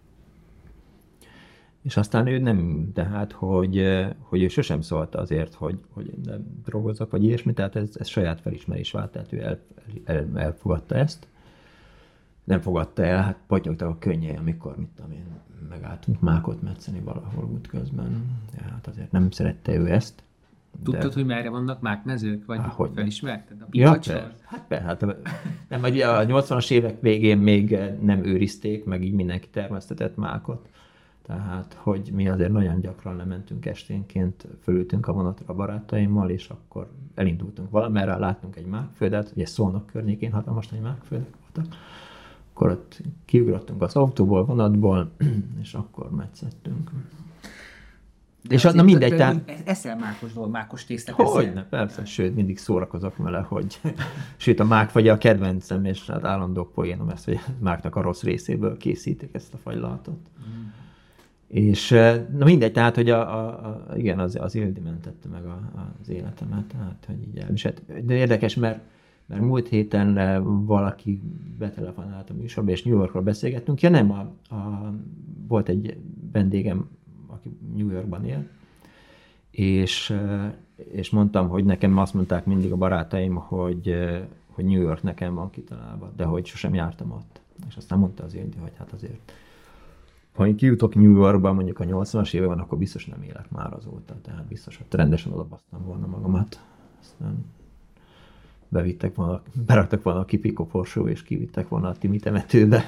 És aztán ő nem, tehát, hogy, hogy ő sosem szólt azért, hogy, hogy én nem drogozok, vagy ilyesmi, tehát ez, ez saját felismerés vált, tehát ő el, el, elfogadta ezt. Nem fogadta el, hát pottyogtak a könnyei, amikor, mit tudom én, megálltunk mákot metszeni valahol útközben. Hát azért nem szerette ő ezt. Tudtad, de... hogy merre vannak mákmezők? Vagy Há, hogy felismerted? A ja, per, hát per, hát nem, ugye a nyolcvanas évek végén még nem őrizték, meg így mindenki termesztetett mákot. Tehát, hogy mi azért nagyon gyakran lementünk esténként, fölültünk a vonatra a barátaimmal, és akkor elindultunk valamerre, láttunk egy mákföldet, ugye Szolnok környékén hatalmas nagy mákföldek voltak. Akkor ott kiugrottunk az autóból, vonatból, és akkor metszettünk. De és na mindegy, tehát... Eszel mákos dolog, mákos tésztát eszel? Hogyne, persze, sőt, mindig szórakozok vele, hogy... Sőt, a mák a kedvencem, és hát állandó poénom ezt, hogy máknak a rossz részéből készítik ezt a fagylaltot. Mm. És na mindegy, tehát, hogy a, a, a, igen, az, az Ildi mentette meg a, az életemet, tehát, hogy így elviselt. De érdekes, mert, mert múlt héten valaki betelefonált a műsorba, és New Yorkról beszélgettünk. Ja nem, a, a, volt egy vendégem, aki New Yorkban él, és, és mondtam, hogy nekem azt mondták mindig a barátaim, hogy, hogy New York nekem van kitalálva, de hogy sosem jártam ott. És aztán mondta az Ildi, hogy hát azért Ha én kijutok New Yorkba mondjuk a nyolcvanas években, akkor biztos nem élek már azóta. Tehát biztos, hogy rendesen odabasztam volna magamat. Aztán bevittek volna, beraktak volna a kipikoporsó, és kivittek volna a Timi temetőbe.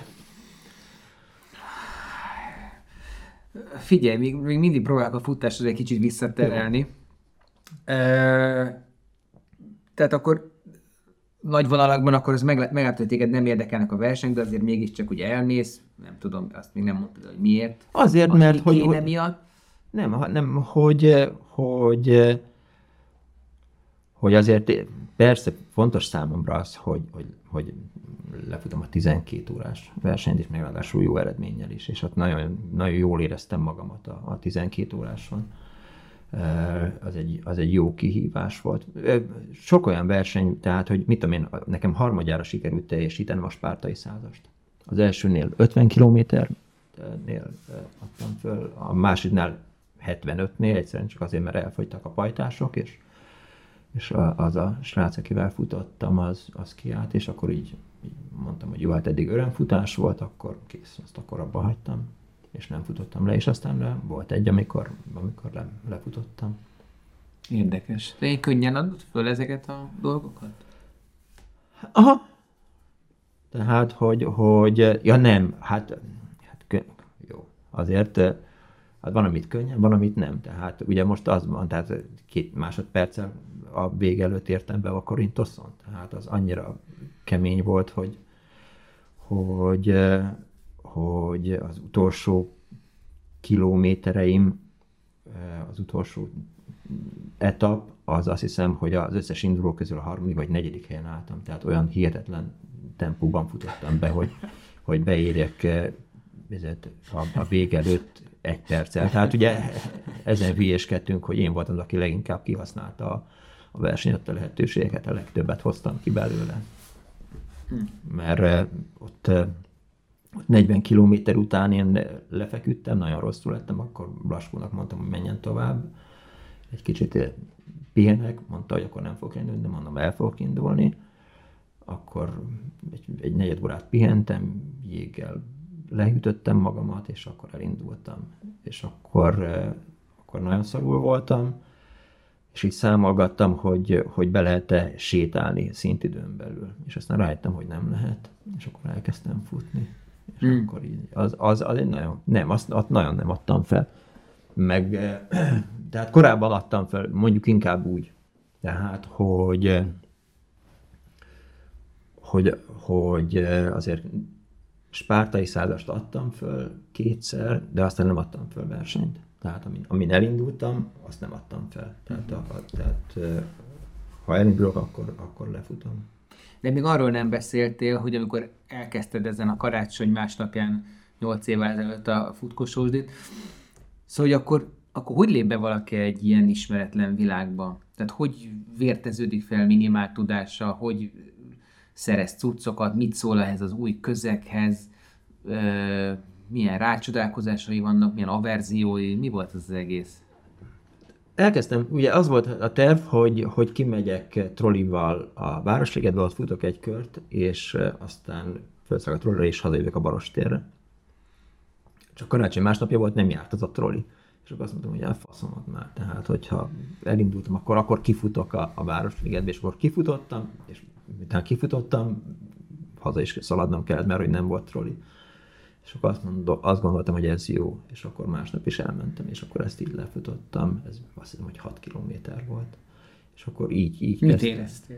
Figyelj, még, még mindig próbálok a futáshoz egy kicsit visszaterelni. E, tehát akkor nagy vonalakban akkor ez meg, meglátod, hogy téged nem érdekelnek a versenyek, de azért mégiscsak ugye elmész, nem tudom, azt még nem mondtad, hogy miért. Azért, Azt mert hogy... kéne miatt. Nem, nem, hogy, hogy, hogy azért persze fontos számomra az, hogy, hogy, hogy lefutom a tizenkét órás versenyt, és még ráadásul jó eredménnyel is, és ott nagyon, nagyon jól éreztem magamat a, a tizenkét óráson. Az egy, az egy jó kihívás volt. Sok olyan verseny, tehát, hogy mit tudom én, nekem harmadjára sikerült teljesítenem a spártai százast. Az elsőnél ötven kilométernél adtam föl, a másodnál hetvenötnél, egyszerűen csak azért, mert elfogytak a pajtások, és, és az a srác, akivel futottam, az, az kiállt, és akkor így, így mondtam, hogy jó, hát eddig örömfutás volt, akkor kész, azt akkor abba hagytam, és nem futottam le, és aztán le, volt egy, amikor, amikor le, lefutottam. Érdekes. De én könnyen adod föl ezeket a dolgokat? Aha. Tehát, hogy, hogy ja nem, hát, hát kö, jó, azért hát van, amit könnyen, van, amit nem. Tehát ugye most az van, tehát két másodperccel a vég előtt értem be a Korintoszon. Tehát az annyira kemény volt, hogy, hogy, hogy az utolsó kilométereim, az utolsó etap, az azt hiszem, hogy az összes induló közül a harmadik vagy negyedik helyen álltam. Tehát olyan hihetetlen tempóban futottam be, hogy, hogy beérjek a, a vég előtt egy perccel. Tehát ugye ezen hülyéskedtünk, hogy én voltam, aki leginkább kihasználta a, a versenyt, a lehetőségeket, a legtöbbet hoztam ki belőle. Mert ott, ott negyven kilométer után én lefeküdtem, nagyon rosszul lettem, akkor Blaskónak mondtam, hogy menjen tovább. Egy kicsit pihenek, mondta, hogy akkor nem fogok indulni, de mondom, el fogok indulni. Akkor egy, egy negyed órát pihentem, jéggel lehűtöttem magamat, és akkor elindultam. És akkor, akkor nagyon szarul voltam, és így számolgattam, hogy, hogy be lehet-e sétálni szintidőn belül. És aztán rájöttem, hogy nem lehet. És akkor elkezdtem futni. És hmm. akkor így, az, az, az egy nagyon, nem, azt, azt nagyon nem adtam fel. Meg, tehát korábban adtam fel, mondjuk inkább úgy. Tehát, hogy, hogy, hogy azért spártai százast adtam föl kétszer, de aztán nem adtam föl versenyt. Tehát amin, amin elindultam, azt nem adtam fel. Tehát, a, a, tehát ha elindulok, akkor, akkor lefutom. De még arról nem beszéltél, hogy amikor elkezdted ezen a karácsony másnapján nyolc évvel ezelőtt a futkosósdit, szóval hogy akkor, akkor hogy lép be valaki egy ilyen ismeretlen világba? Tehát hogy vérteződik fel minimál tudása, hogy szerez cuccokat, mit szól ehhez az új közeghez, milyen rácsodálkozásai vannak, milyen averziói, mi volt az, az egész? Elkezdtem, ugye az volt a terv, hogy, hogy kimegyek trollival a Városligetbe, ott futok egy kört, és aztán felszállok a trollira, és hazajövök a Barostérre. Csak karácsony másnapja volt, nem járt az a trolli. És akkor azt mondtam, hogy elfaszomod már. Tehát, hogyha elindultam, akkor, akkor kifutok a, a Városligetbe, és akkor kifutottam, és miután kifutottam, haza is szaladnom kellett, mert hogy nem volt trolli. És akkor azt, mondom, azt gondoltam, hogy ez jó, és akkor másnap is elmentem, és akkor ezt így lefutottam, ez azt hiszem, hogy hat kilométer volt. És akkor így, így Mit kezdtem. éreztél?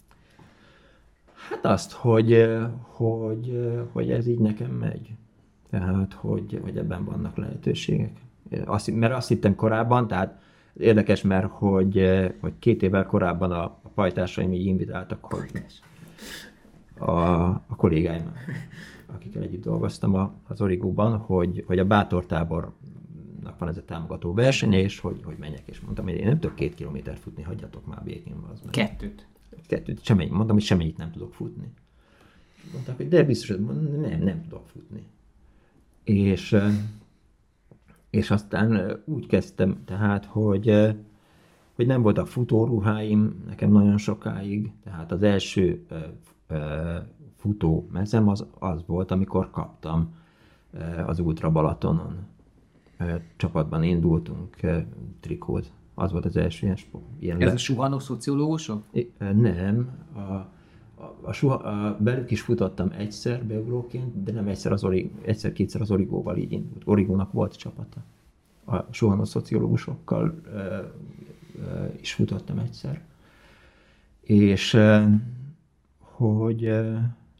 Hát azt, hogy, hogy, hogy ez így nekem megy. Tehát, hogy, hogy ebben vannak lehetőségek. Azt, mert azt hittem korábban, tehát érdekes, mert hogy, hogy két évvel korábban a, a pajtásaim így invitáltak, hogy a, a kollégáim, akikkel együtt dolgoztam a, az Origóban, hogy, hogy a bátortábornak van ez a támogató versenye, és hogy, hogy menjek, és mondtam, hogy én nem tudok két kilométert futni, hagyjatok már békén. Az Kettőt. Kettőt, semmennyi, mondtam, hogy semmennyit nem tudok futni. Mondták, hogy de biztos, hogy nem, nem tudok futni. És, és aztán úgy kezdtem, tehát, hogy, hogy nem voltak futóruháim nekem nagyon sokáig, tehát az első futó mezem az, az volt, amikor kaptam az Ultra Balatonon. Csapatban indultunk, trikót. Az volt az első ilyen sport. Ilyen Ez le... a suhanó szociológusok? Nem. A, a, a, suha, a belük is futottam egyszer beugróként, de nem egyszer, az orig, egyszer-kétszer az Origóval így indult. Origónak volt csapata. A suhanó szociológusokkal ö, ö, is futottam egyszer. És ö, hogy, ö,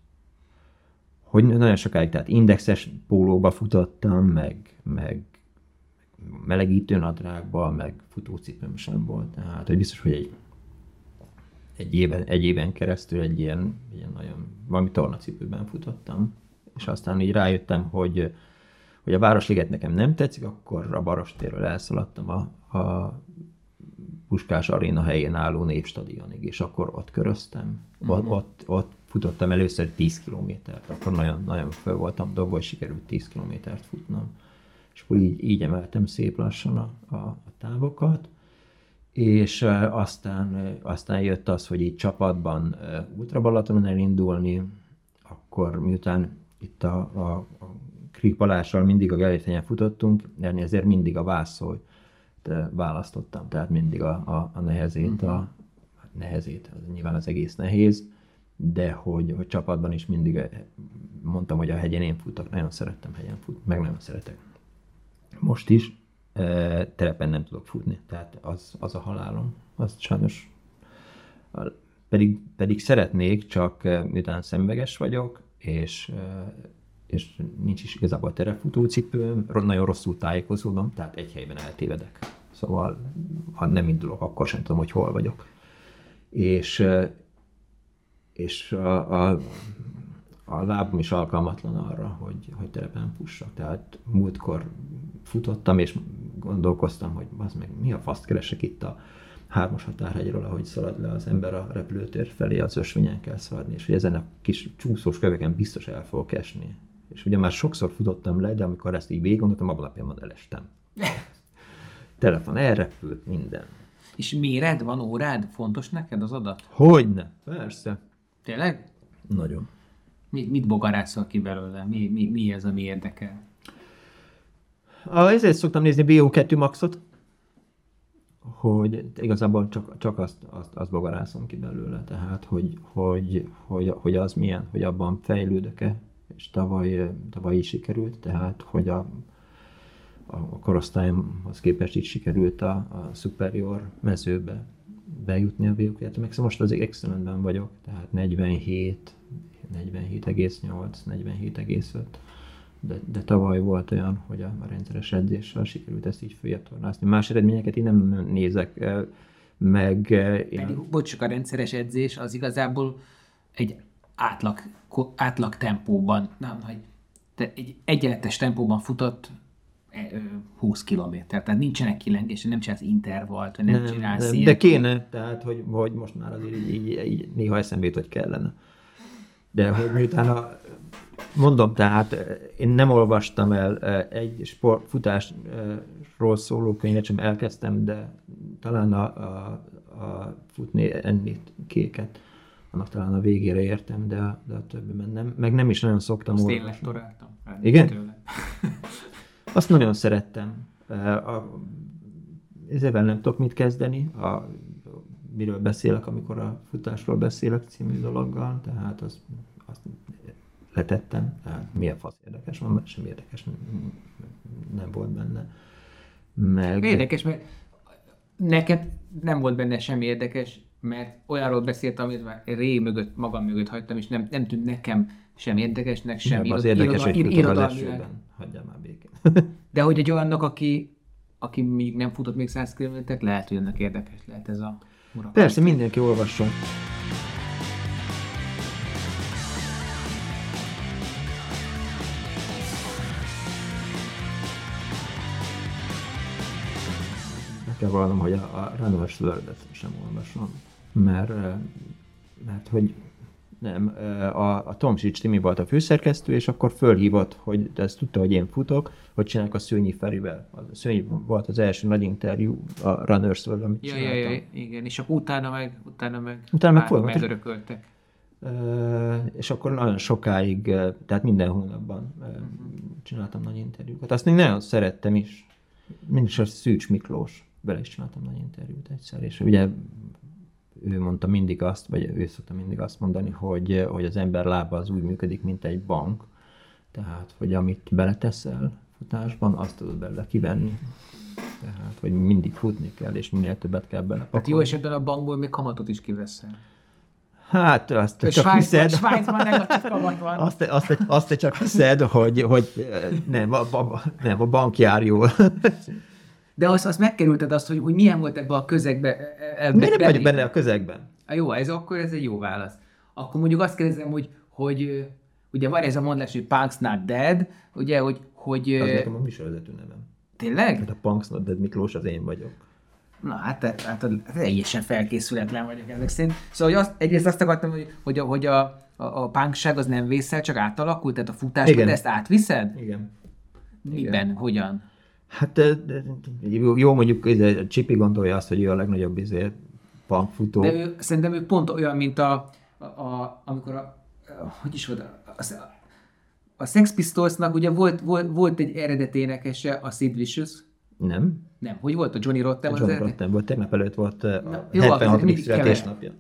hogy nagyon sokáig, tehát indexes pólóba futottam, meg, meg melegítő nadrágban, meg futócipőm sem volt. Tehát, hogy biztos, hogy egy, egy, éven, egy éven keresztül egy ilyen, ilyen nagyon, valami tornacipőben futottam, és aztán így rájöttem, hogy, hogy a Városliget nekem nem tetszik, akkor a Barostérről elszaladtam a, a Puskás Aréna helyén álló Népstadionig, és akkor ott köröztem. Uh-huh. Ott, ott, ott futottam először tíz kilométert, akkor nagyon, nagyon föl voltam dobva, hogy sikerült tíz kilométert futnom. És akkor így, így emeltem szép lassan a, a, a távokat, és uh, aztán, uh, aztán jött az, hogy így csapatban uh, Ultra Balatonon elindulni, akkor miután itt a, a, a Krik Balással mindig a Gellértényen futottunk, ennél ezért mindig a Vászolyt választottam, tehát mindig a, a, a nehezét, a, a nehezét, az nyilván az egész nehéz, de hogy, hogy csapatban is mindig mondtam, hogy a hegyen én futok, nagyon szerettem hegyen futni, meg nagyon szeretek. Most is e, terepen nem tudok futni, tehát az, az a halálom, az sajnos, pedig, pedig szeretnék, csak miután szemüveges vagyok, és, és nincs is igazából terepfutócipőm, nagyon rosszul tájékozódom, tehát egy helyben eltévedek. Szóval, ha nem indulok, akkor sem tudom, hogy hol vagyok. És, és a, a, a lábam is alkalmatlan arra, hogy, hogy terepen fussak. Tehát múltkor futottam, és gondolkoztam, hogy az meg mi a faszt keresek itt a hármas határhegyről, ahogy szalad le az ember a repülőtér felé, az ösvényen kell szaladni, és hogy ezen a kis csúszós köveken biztos el fogok esni. És ugye már sokszor futottam le, de amikor ezt így végig gondoltam, abban a pillanatban elestem. Telefon elrepült, minden. És méred van, órád? Fontos neked az adat? Hogyne, persze. Tényleg? Nagyon. Mi, mit bogarászol ki belőle? Mi, mi, mi ez, ami érdekel? A, ezért szoktam nézni bé o kettő Maxot, hogy igazából csak, csak azt, azt, azt bogarászom ki belőle, tehát hogy, hogy, hogy, hogy az milyen, hogy abban fejlődök-e, és tavaly, tavaly is sikerült, tehát hogy a, a korosztályomhoz képest így sikerült a, a superior mezőbe bejutni a bé o kettő Max. Most az excellentben vagyok, tehát negyvenhét, negyvenhét egész nyolc, negyvenhét egész öt. De, de tavaly volt olyan, hogy a, a rendszeres edzéssel sikerült ezt így följebb tornászni. Más eredményeket én nem nézek meg. Én... Pedig, bocs, csak a rendszeres edzés az igazából egy átlag, átlag tempóban, nem, hogy te egy egyenletes tempóban futott húsz kilométer, tehát nincsenek kilengések, nem csinálsz intervallt, vagy nem, nem csinálsz nem, de kéne, tehát hogy, hogy most már azért így, így, így néha eszembe jut, hogy kellene. De hogy miután a mondom, tehát én nem olvastam el egy sport, futásról szóló könyvet, sem elkezdtem, de talán a, a, a futni, enni kéket, annak talán a végére értem, de a, de a többiben nem, meg nem is nagyon szoktam azt olvasni. Azt én lektoráltam. Igen? Azt nagyon szerettem. A, ezzel nem tudok mit kezdeni, a, miről beszélek, amikor a futásról beszélek című dologgal, tehát azt, azt letettem, tehát mi a fasz érdekes van, mert sem érdekes nem volt benne. Meg... Érdekes, mert neked nem volt benne semmi érdekes, mert olyanról beszéltem, amit már ré mögött, magam mögött hagytam, és nem, nem tűnt nekem sem érdekesnek, sem nem, az érdekes, hogy futok a lesőben. Hagyjál már békén. De hogy egy olyannak, aki, aki még nem futott még száz kilométert, lehet, hogy ennek érdekes lehet ez a urak. Persze, mindenki olvasson. Kell vallanom, hogy a, a Runners World-et sem olvasom, mert, mert hogy nem, a, a Tomsics Timi volt a főszerkesztő, és akkor fölhívott, hogy ezt tudta, hogy én futok, hogy csinálják a Szőnyi Ferivel. A Szőnyi volt az első nagy interjú a Runners World, amit ja, csináltam. ja, ja, igen, és akkor utána meg, utána meg, utána meg megörököltek. és akkor nagyon sokáig, tehát minden hónapban csináltam nagy interjúkat. Azt még nagyon szerettem is. Mindig a Szűcs Miklós, vele is csináltam nagy interjút egyszer, és ugye ő mondta mindig azt, vagy ő szokta mindig azt mondani, hogy, hogy az ember lába az úgy működik, mint egy bank, tehát, hogy amit beleteszel futásban, azt tudod belőle kivenni. Tehát, hogy mindig futni kell, és minél többet kell belepakolni. Tehát jó esetben a bankból még kamatot is kiveszel. Hát, azt te csak Svájc, hiszed. Svájcban negatív kamat van. Azt, azt, azt te csak hiszed, hogy, hogy nem, a, a, nem, a bank jár jól. De azt, azt megkerülted azt, hogy, hogy milyen volt ebben a közegben. Miért nem vagyok benne a közegben? A jó, ez akkor ez egy jó válasz. Akkor mondjuk azt kérdezem, hogy, hogy ugye van ez a mondás, hogy Punk's Not Dead, ugye, hogy... hogy az nekem a műsorvezető nevem. Tényleg? Hát a Punk's Not Dead Miklós az én vagyok. Na, hát, hát teljesen felkészületlen vagyok ezek szerint. Szóval hogy azt, egyrészt azt akartam, hogy, hogy, a, hogy a, a, a punkság az nem vészel, csak átalakult, tehát a futásban, de ezt átviszed? Igen. Miben? Igen. Hogyan? Hát jó, mondjuk Csipi gondolja azt, hogy ő a legnagyobb izé, punkfutó. De ő, szerintem ő pont olyan, mint a, a, a amikor a, a, hogy is volt, a, a, a Sex Pistolsnak ugye volt, volt, volt egy eredeti énekese, a Sid Vicious. Nem. Nem, hogy volt a Johnny Rotten? A Johnny Rotten volt, tegnap előtt volt a Na, hetvenhatodik születésnapja.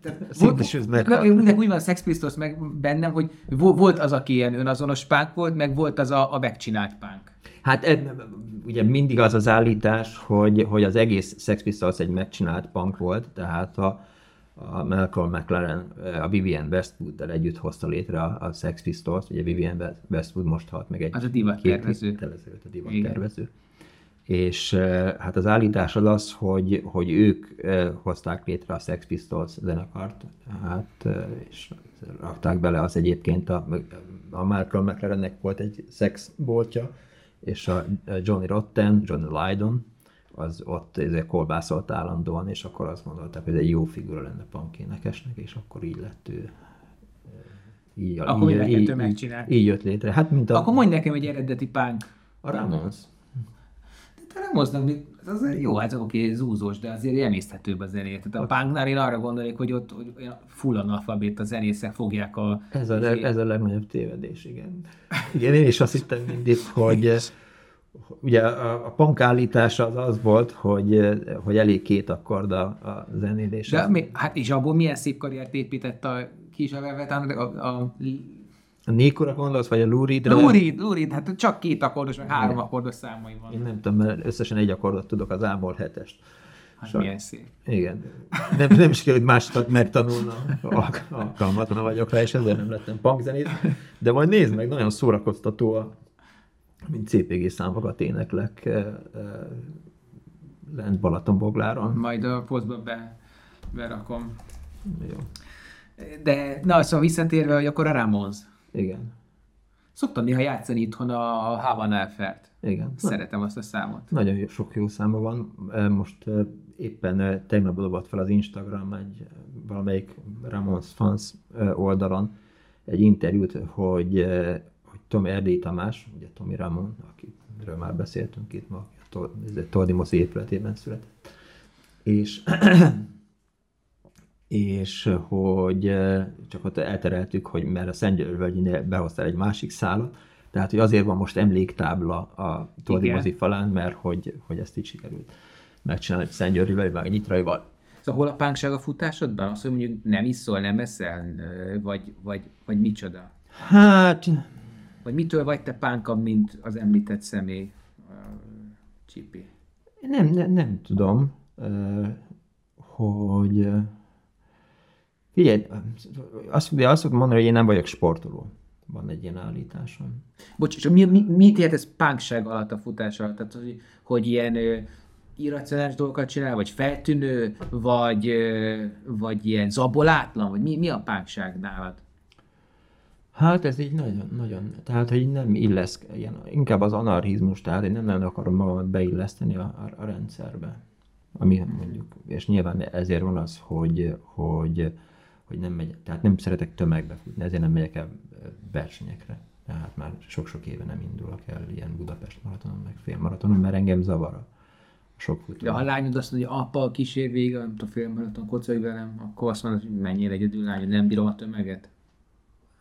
Úgy van a Sex Pistols meg bennem, hogy volt az, aki ilyen önazonos punk volt, meg volt az a, a megcsinált punk. Hát ugye mindig az az állítás, hogy, hogy az egész Sex Pistols egy megcsinált punk volt, tehát a, a Malcolm McLaren a Vivienne Westwooddal együtt hozta létre a, a Sex Pistols, ugye Vivienne Westwood most halt meg egy az a divattervező. a divattervező. És hát az állítás az az, hogy, hogy ők hozták létre a Sex Pistols zenekart, hát, és rakták bele az egyébként, a, a Malcolm McLarennek volt egy szexboltja, és a Johnny Rotten, Johnny Lydon, az ott kolbászolt állandóan, és akkor azt gondolták, hogy ez egy jó figura lenne punk énekesnek, és akkor így lett ő. Így, akkor így, így, így, így jött létre. Hát, mint a, akkor mondj nekem egy eredeti punk. A Ramones. De Ramonesnak az jó, hát oké, zúzós, de azért emészthetőbb a zenét. Tehát a punknál én arra gondolnék, hogy ott hogy full analfabét a zenészek fogják a... Ez a, leg, ez a legnagyobb tévedés, igen. Igen, én is azt hittem mindig, hogy ugye a, a punk állítása az az volt, hogy, hogy elég két akkord a, a zenélés. De mi, hát és abból milyen szép karriert épített a kis a, a, a A Nikóra gondolsz, vagy a Lou Reedre? Lou Reed, Lou Reed, hát csak két akkordos, meg három igen. akkordos számai van. Én nem tudom, mert összesen egy akkordot tudok, az A-mol hetest. Hát Saj. milyen szép. Igen. Nem, nem is kell, hogy másokat megtanulnom. Alkalmatlan vagyok rá, és ezzel nem lettem punkzenét. De majd nézd meg, nagyon szórakoztató, a, mint cé pé gé számokat éneklek e, e, lent Balatonbogláron. Majd a posztba be, berakom. Jó. De, na, szóval visszatérve, hogy akkor a Ramones. Igen. Szoktam néha játszani itthon a Havana Elfert. Igen. Szeretem azt a számot. Nagyon sok jó száma van. Most éppen tegnap dobott fel az Instagram egy valamelyik Ramones fans oldalon egy interjút, hogy, hogy Tom Erdély Tamás, ugye Tomi Ramon, akiről már beszéltünk itt ma, a Toldimosi épületében született. És és hogy csak ott eltereltük, hogy mert a Szentgyörgyi behoztál egy másik szálat, tehát hogy azért van most emléktábla a Toldimosi falán, mert hogy, hogy ezt így sikerült megcsinálni Szentgyörgyvel, meg Nyitraival. Szóval hol a pánkság a futásodban? Azt, hogy mondjuk nem iszol, nem eszel, vagy, vagy, vagy micsoda? Hát... Vagy mitől vagy te pánkabb, mint az említett személy, Csipi? Nem, nem, nem tudom, hogy... Figyelj, azt, de azt szoktam mondani, hogy én nem vagyok sportoló. Van egy ilyen állításom. Bocs, és mi, mi, mit ért ez pánkság alatt a futás alatt? Tehát, hogy, hogy ilyen ö, irracionális dolgokat csinál, vagy feltűnő, vagy, ö, vagy ilyen zabolátlan, vagy mi, mi a pánkság nálad? Hát ez így nagyon, nagyon, tehát hogy nem illesz, ilyen, inkább az anarchizmus, tehát én nem nagyon akarom magamat beilleszteni a, a, a rendszerbe. Ami mondjuk, és nyilván ezért van az, hogy, hogy hogy nem megy, tehát nem szeretek tömegbe futni, ezért nem megyek el versenyekre. Tehát már sok-sok éve nem indulok el ilyen Budapest maratonon, meg félmaratonon, mert engem zavar a sok futó. De ha a lányod azt mondja, hogy apa kísér végig, nem tudom, félmaraton, kocogj velem, akkor azt mondod, hogy menjél egyedül, lányod, nem bírom a tömeget.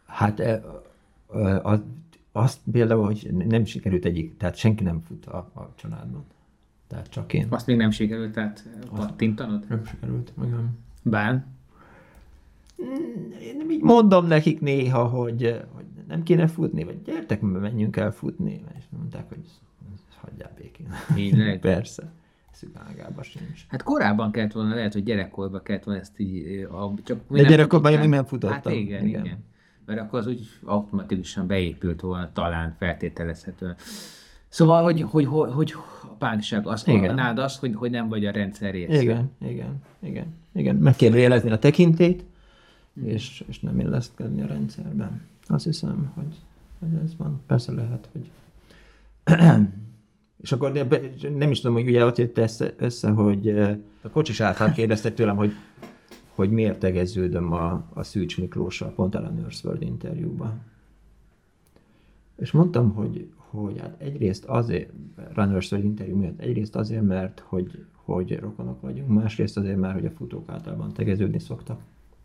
Hát az, azt például, hogy nem sikerült egyik, tehát senki nem fut a, a családban. Tehát csak én. Azt még nem sikerült, tehát pattintanod? Nem sikerült, igen. Bán? Én így mondom nekik néha, hogy, hogy nem kéne futni, vagy gyertek, menjünk el futni. És mondták, hogy hagyjál békén. Így Persze. Szükágában sincs. Hát korábban kellett volna, lehet, hogy gyerekkorban kellett volna ezt így... A, csak de gyerekkorban én még nem futottam. Hát igen, igen, igen. Mert akkor az úgy automatikusan beépült volna, talán feltételezhetően. Szóval, hogy, hogy, hogy, hogy a pánkság, azt mondanád azt, hogy, hogy nem vagy a rendszer része. Igen, igen, igen. igen. Meg kell élezni a tekintét, hmm. és, és nem illeszkedni a rendszerben. Azt hiszem, hogy, hogy ez van. Persze lehet, hogy... És akkor nem is tudom, hogy ugye ott jött össze, össze hogy a kocsis által kérdeztek tőlem, hogy, hogy miért tegeződöm a, a Szűcs Miklóssal pont el a Nurse World interjúban. És mondtam, hogy, hogy hát egyrészt azért, Runners World interjú miatt, egyrészt azért, mert hogy, hogy rokonok vagyunk, másrészt azért, mert hogy a futók általában tegeződni szoktak.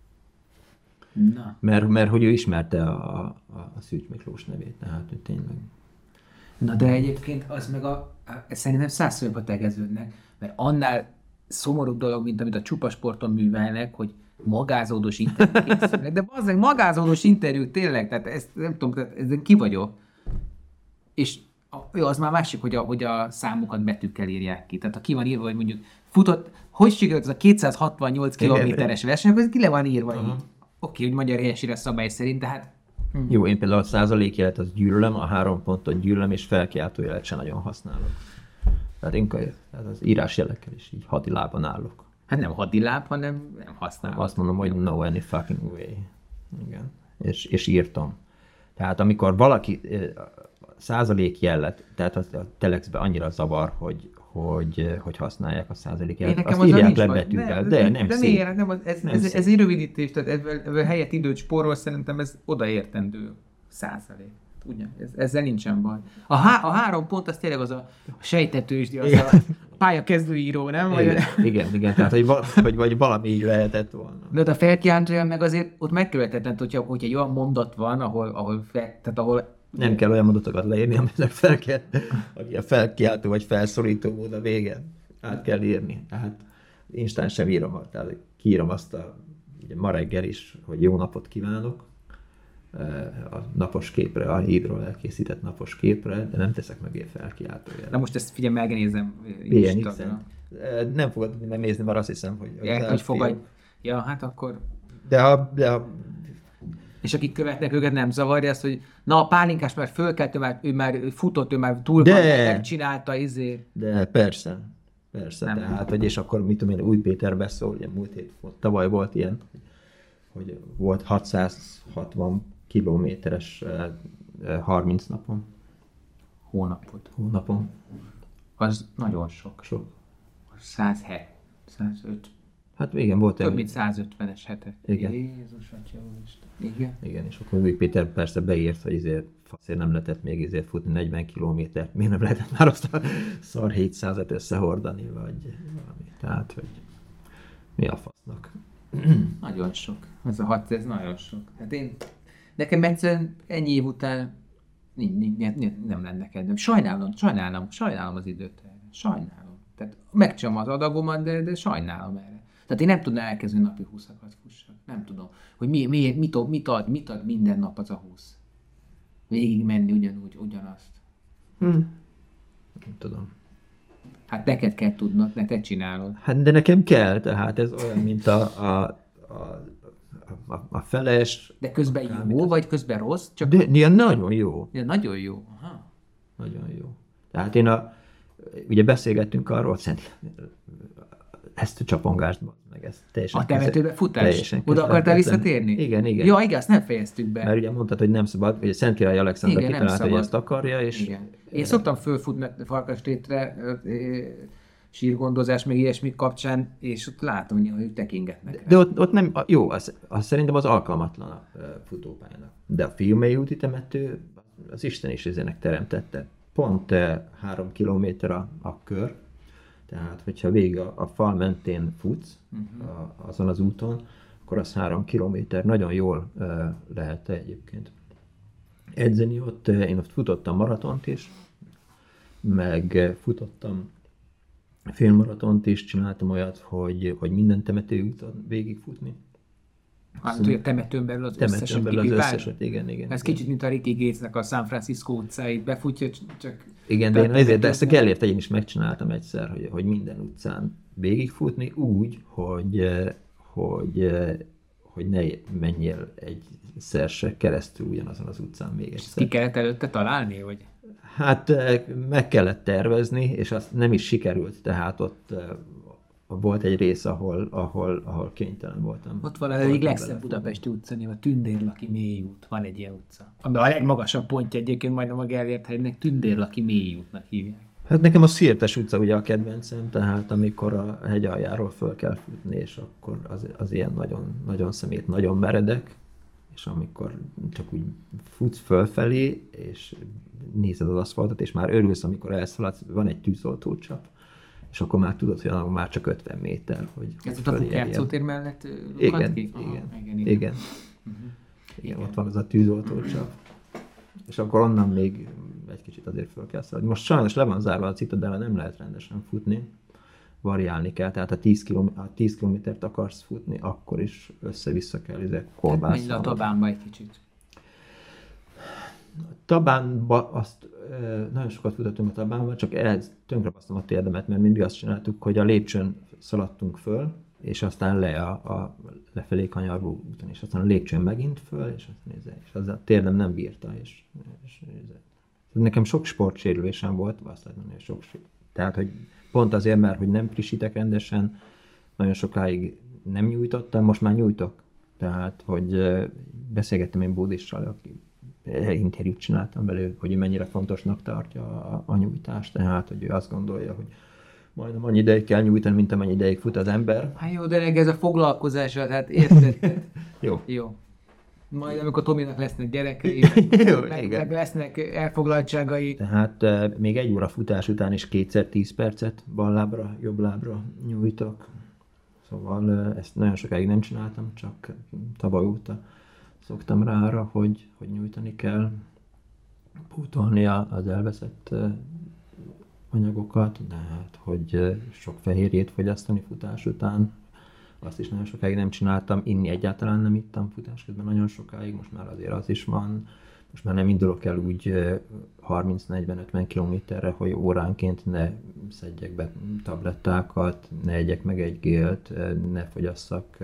Na. Mert, mert hogy ő ismerte a, a, a Szűcs Miklós nevét, tehát hogy tényleg. Na de egyébként az meg a, a szerintem százszorba tegeződnek, mert annál szomorúbb dolog, mint amit a csupasporton művelnek, hogy magázódós interjúk készülnek. De bazdmeg magázódós interjúk tényleg, tehát ezt nem tudom, tehát ezen ki vagyok. És a, az már másik, hogy a, hogy a számokat betűkkel írják ki. Tehát ha ki van írva, hogy mondjuk futott, hogy sikerült ez a kétszázhatvannyolc kilométeres verseny, akkor ez ki le van írva uh-huh. így. Oké, hogy magyar helyesére szabály szerint, de hát... Hm. Jó, én például a százalékjelet az gyűlölöm, a három pontot gyűlölöm, és felkiáltójelet sem nagyon használok. Tehát inkább tehát az írásjelekkel is így hadilában állok. Hát nem hadiláb, hanem nem használom. Azt mondom, hogy no any fucking way. Igen. És, és írtam. Tehát amikor valaki százalékjelet, tehát a telexben annyira zavar, hogy, hogy, hogy használják a százalékjelet, azt írják le betűvel, de, de nem de szép. Miért? Nem, ez, nem ez, ez egy rövidítés, tehát ebből helyett időt spórol, szerintem ez odaértendő százalék. Ugye, ez, ezzel nincsen baj. A, há, a három pont az tényleg az a sejtetősdi, az igen. A pályakezdőíró, nem? Igen, igen, igen, tehát hogy, val, hogy vagy valami így lehetett volna. De a felkiáltójel meg azért ott megkövetetlen, hogyha, hogyha egy olyan mondat van, ahol, ahol, fel, tehát ahol nem kell olyan mondatokat leírni, amelyek fel kell, aki a felkiáltó vagy felszólító mód a vége. Át kell írni. Tehát instán sem írom, tehát kiírom azt a, ugye ma reggel is, hogy jó napot kívánok a napos képre, a hídról elkészített napos képre, de nem teszek mögé felkiáltóját. Na most ezt figyelj, megnézem. Nem fogod tudni megnézni, mert azt hiszem, hogy... Ja, hogy fogadj. Ja, hát akkor... De ha, de ha... És akik követnek őket, nem zavarja ezt, hogy na a pálinkás már fölkelt, ő már, ő már futott, ő már túl de... megcsinálta, izé. De persze, persze. Nem tehát, hogy és akkor mit tudom én, Új Péter beszól, ugye múlt hét, tavaly volt ilyen, hogy volt hatszázhatvan kilométeres harminc napon. Hónapot. Hónapon. Az nagyon sok. Sok. százhét, százöt. Hát igen, volt több mint százötvenes hetek. Igen. Jézus Atya Úristen. Igen. Igen, és akkor Új Péter persze beírt, hogy ezért faszért nem lehetett még ezért futni negyven kilométert. Miért nem lehetett már azt a szar hétszázat összehordani, vagy valami. Tehát, hogy mi a fasznak. Nagyon sok. Ez a hat, ez nagyon sok. Hát én, nekem egyszerűen ennyi év után nem lenne kedvem. Sajnálom, sajnálom, sajnálom az időt erre. Sajnálom. Tehát megcsom az adagomat, de, de sajnálom erre. Tehát én nem tudnám elkezdeni napi húszakat fussak. Nem tudom, hogy mi, mi, mit, mit, ad, mit ad minden nap az a húsz. Végig menni ugyanúgy, ugyanazt. Hm. Nem tudom. Hát neked kell tudnod, ne te csinálod. Hát de nekem kell, tehát ez olyan, mint a, a, a, a, a feles. De közben jó, jó, vagy közben rossz? Csak de ilyen nagyon jó. Ja, nagyon jó. Aha. Nagyon jó. Tehát én a, ugye beszélgettünk arról, szerint ezt a csapongást, meg ezt teljesen... A temetőbe futás? Oda akartál visszatérni? Igen, igen. Ja, igen, azt nem fejeztük be. Mert ugye mondtad, hogy nem szabad, hogy Szent Király Alexandra kitalálta, hogy ezt akarja, és... Igen. Én szoktam fölfutni Farkastétre sírgondozás, meg ilyesmi kapcsán, és ott látom, hogy tekingetnek. De ott, ott nem, jó, az, az szerintem az alkalmatlan a futópályának. De a Fiumei úti temető, az Isten is ezének teremtette. Pont három kilométer a, a kör, tehát hogyha végig a, a fal mentén futsz uh-huh. a, azon az úton, akkor az három kilométer, nagyon jól lehet egyébként edzeni ott. Én ott futottam maratont is, meg futottam félmaratont is, csináltam olyat, hogy, hogy minden temetőúton végigfutni. Hát, hogy a temetőn belül az temetőn összeset belül az kipipál? összeset, igen, igen. Ez kicsit, mint a Ricky Gatesnek a San Francisco utcáit befutja, csak... Igen, de én ezért, de ezt a Gellért én is megcsináltam egyszer, hogy, hogy minden utcán végigfutni úgy, hogy, hogy, hogy ne menjél egyszer se keresztül ugyanazon az utcán még egyszer. Ki kellett előtte találni, vagy? Hát meg kellett tervezni, és azt nem is sikerült, tehát ott volt egy rész, ahol, ahol, ahol kénytelen voltam. Ott van a egyik legszebb budapesti utca, a Tündérlaki mély út, van egy ilyen utca. Ami a legmagasabb pontja egyébként majdnem a Gellért hegynek, Tündérlaki mély útnak hívják. Hát nekem a Szirtes utca ugye a kedvencem, tehát amikor a hegy aljáról föl kell futni, és akkor az, az ilyen nagyon, nagyon szemét, nagyon meredek, és amikor csak úgy futsz fölfelé, és nézed az aszfaltot, és már örülsz, amikor elszaladsz, van egy tűzoltócsap, és akkor már tudod, hogy már csak ötven méter, hogy... Ez ott a játszótér mellett igen, ki? Aha, igen, igen, igen. Igen. Uh-huh. igen, ott van az a tűzoltócsap. És akkor onnan még egy kicsit azért föl kell szaladni. Most sajnos le van zárva a Citadella, nem lehet rendesen futni, variálni kell, tehát ha tíz kilométert akarsz futni, akkor is össze-vissza kell ezek kolbászolni. Menj le a Tabánba egy kicsit. A Tabánba azt nagyon sokat futottunk a Tabánba, csak ehhez tönkrepasztom a térdemet, mert mindig azt csináltuk, hogy a lépcsőn szaladtunk föl, és aztán le a, a lefelé kanyargó úton, és aztán a lépcsőn megint föl, és azt nézze, és az a térdem nem bírta, és, és nézze. Nekem sok sportsérülésem volt, azt lehet mondani, sok, tehát, hogy pont azért, mert hogy nem frissítek rendesen, nagyon sokáig nem nyújtottam, most már nyújtok. Tehát, hogy beszélgettem én Bódissal, aki interjút csináltam belőle, hogy mennyire fontosnak tartja a, a nyújtást, tehát, hogy ő azt gondolja, hogy majdnem annyi ideig kell nyújtani, mint amennyi ideig fut az ember. Hát jó, de ez a foglalkozása, hát érted? Jó. Jó. Majd amikor Tominak lesznek gyerekei, meg, meg lesznek elfoglaltságai. Tehát uh, még egy óra futás után is kétszer tíz percet bal lábra, jobb lábra nyújtok. Szóval uh, ezt nagyon sokáig nem csináltam, csak tavaly óta szoktam rá arra, hogy, hogy nyújtani kell, pótolni az elveszett uh, anyagokat, de hát, hogy uh, sok fehérjét fogyasztani futás után. Azt is nagyon sokáig nem csináltam, inni egyáltalán nem ittam futás közben nagyon sokáig, most már azért az is van. Most már nem indulok el úgy harminc-negyven-ötven kilométerre, hogy óránként ne szedjek be tablettákat, ne egyek meg egy gélt, ne fogyasszak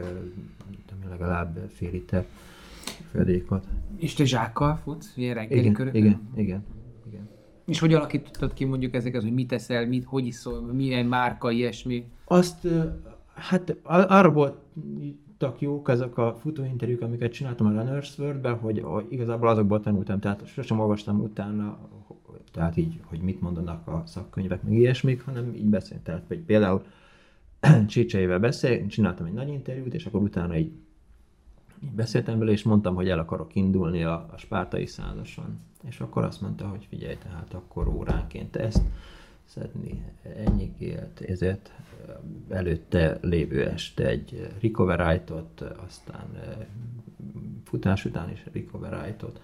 legalább fél liter földékot. És te zsákkal futsz, ilyen reggeli igen, körökön? Igen, igen, igen. És hogy alakítottad ki mondjuk ezeket, hogy mit eszel, mit, hogy iszol, milyen márka, ilyesmi? Azt... Hát arra voltak jók ezek a futóinterjúk, amiket csináltam a Runner's World-ben, hogy igazából azokból tanultam, tehát sosem olvastam utána, tehát így, hogy mit mondanak a szakkönyvek, meg ilyesmik, hanem így beszéltem. Tehát vagy például Csicseivel beszél, csináltam egy nagy interjút, és akkor utána így, így beszéltem vele, és mondtam, hogy el akarok indulni a, a spártai százason. És akkor azt mondta, hogy figyelj, tehát akkor óránként ezt szedni, ennyi gélt, ezért előtte lévő este egy recoverite-ot, aztán futás után is recoverite-ot.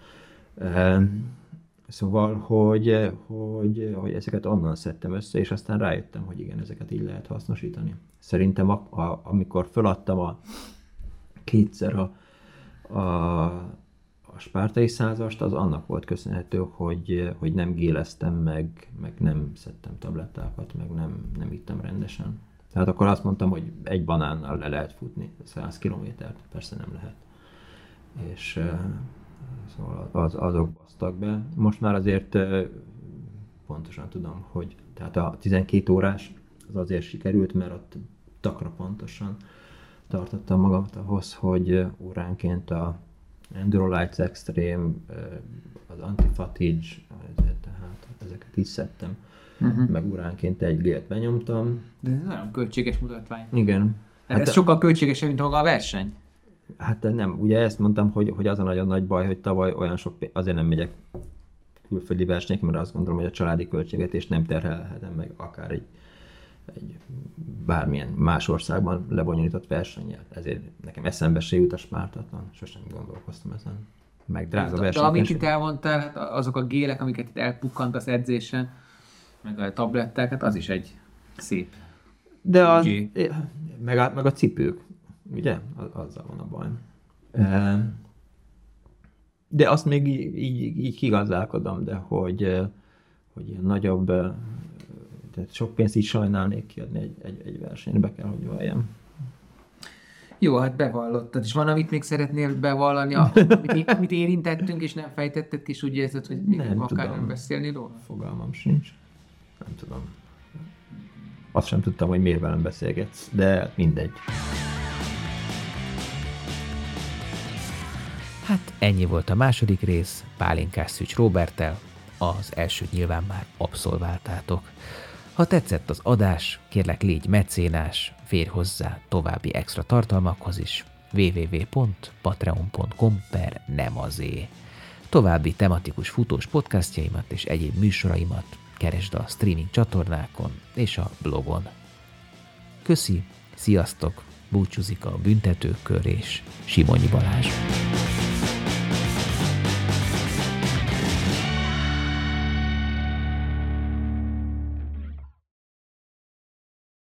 Szóval, hogy, hogy, hogy ezeket onnan szedtem össze, és aztán rájöttem, hogy igen, ezeket így lehet hasznosítani. Szerintem a, a, amikor feladtam a kétszer a, a, a spártai százast, az annak volt köszönhető, hogy, hogy nem géleztem meg, meg nem szedtem tablettákat, meg nem, nem ittam rendesen. Tehát akkor azt mondtam, hogy egy banánnal le lehet futni száz kilométert, persze nem lehet. És szóval az, azok basztak be. Most már azért pontosan tudom, hogy tehát a tizenkét órás az azért sikerült, mert ott takra pontosan tartottam magamat ahhoz, hogy óránként a Endurolights Extreme, az Anti-Fatigue, tehát ezeket is szedtem, uh-huh. meg óránként egy gélt benyomtam. De ez nagyon költséges mutatvány. Igen. Hát ez a... sokkal költségesebb, mint maga a verseny. Hát nem, ugye ezt mondtam, hogy, hogy az a nagyon nagy baj, hogy tavaly olyan sok, azért nem megyek külföldi versenyekre, mert azt gondolom, hogy a családi költségvetést nem terhelhetem meg akár egy egy bármilyen más országban lebonyolított versennyel. Ezért nekem eszembe se jut a Spártatlan, sosem gondolkoztam ezen. Meg drága De, de amit itt elmondtál, hát azok a gélek, amiket itt elpukkant az edzésen, meg a tabletták, hát az is egy szép. De az, meg, a, meg a cipők, ugye? Azzal van a baj. De azt még így, így, így kigazdálkodom, de hogy, hogy ilyen nagyobb, tehát sok pénzt így sajnálnék kiadni egy, egy, egy versenyre, be kell, hogy valljam. Jó, hát bevallottad. És van, amit még szeretnél bevallani, amit, amit érintettünk, és nem fejtetted ki, és úgy érzed, hogy még nem akár tudom. Nem beszélni róla? Fogalmam sincs. Nem tudom. Azt sem tudtam, hogy miért velem beszélgetsz, de mindegy. Hát ennyi volt a második rész, Pálinkás Szűcs Róberttel, az elsőt nyilván már abszolváltátok. Ha tetszett az adás, kérlek légy mecénás, férj hozzá további extra tartalmakhoz is, double-u double-u double-u pont patreon pont com per nemazé. További tematikus futós podcastjaimat és egyéb műsoraimat keresd a streaming csatornákon és a blogon. Köszi, sziasztok, búcsúzik a Büntetőkör és Simonyi Balázs.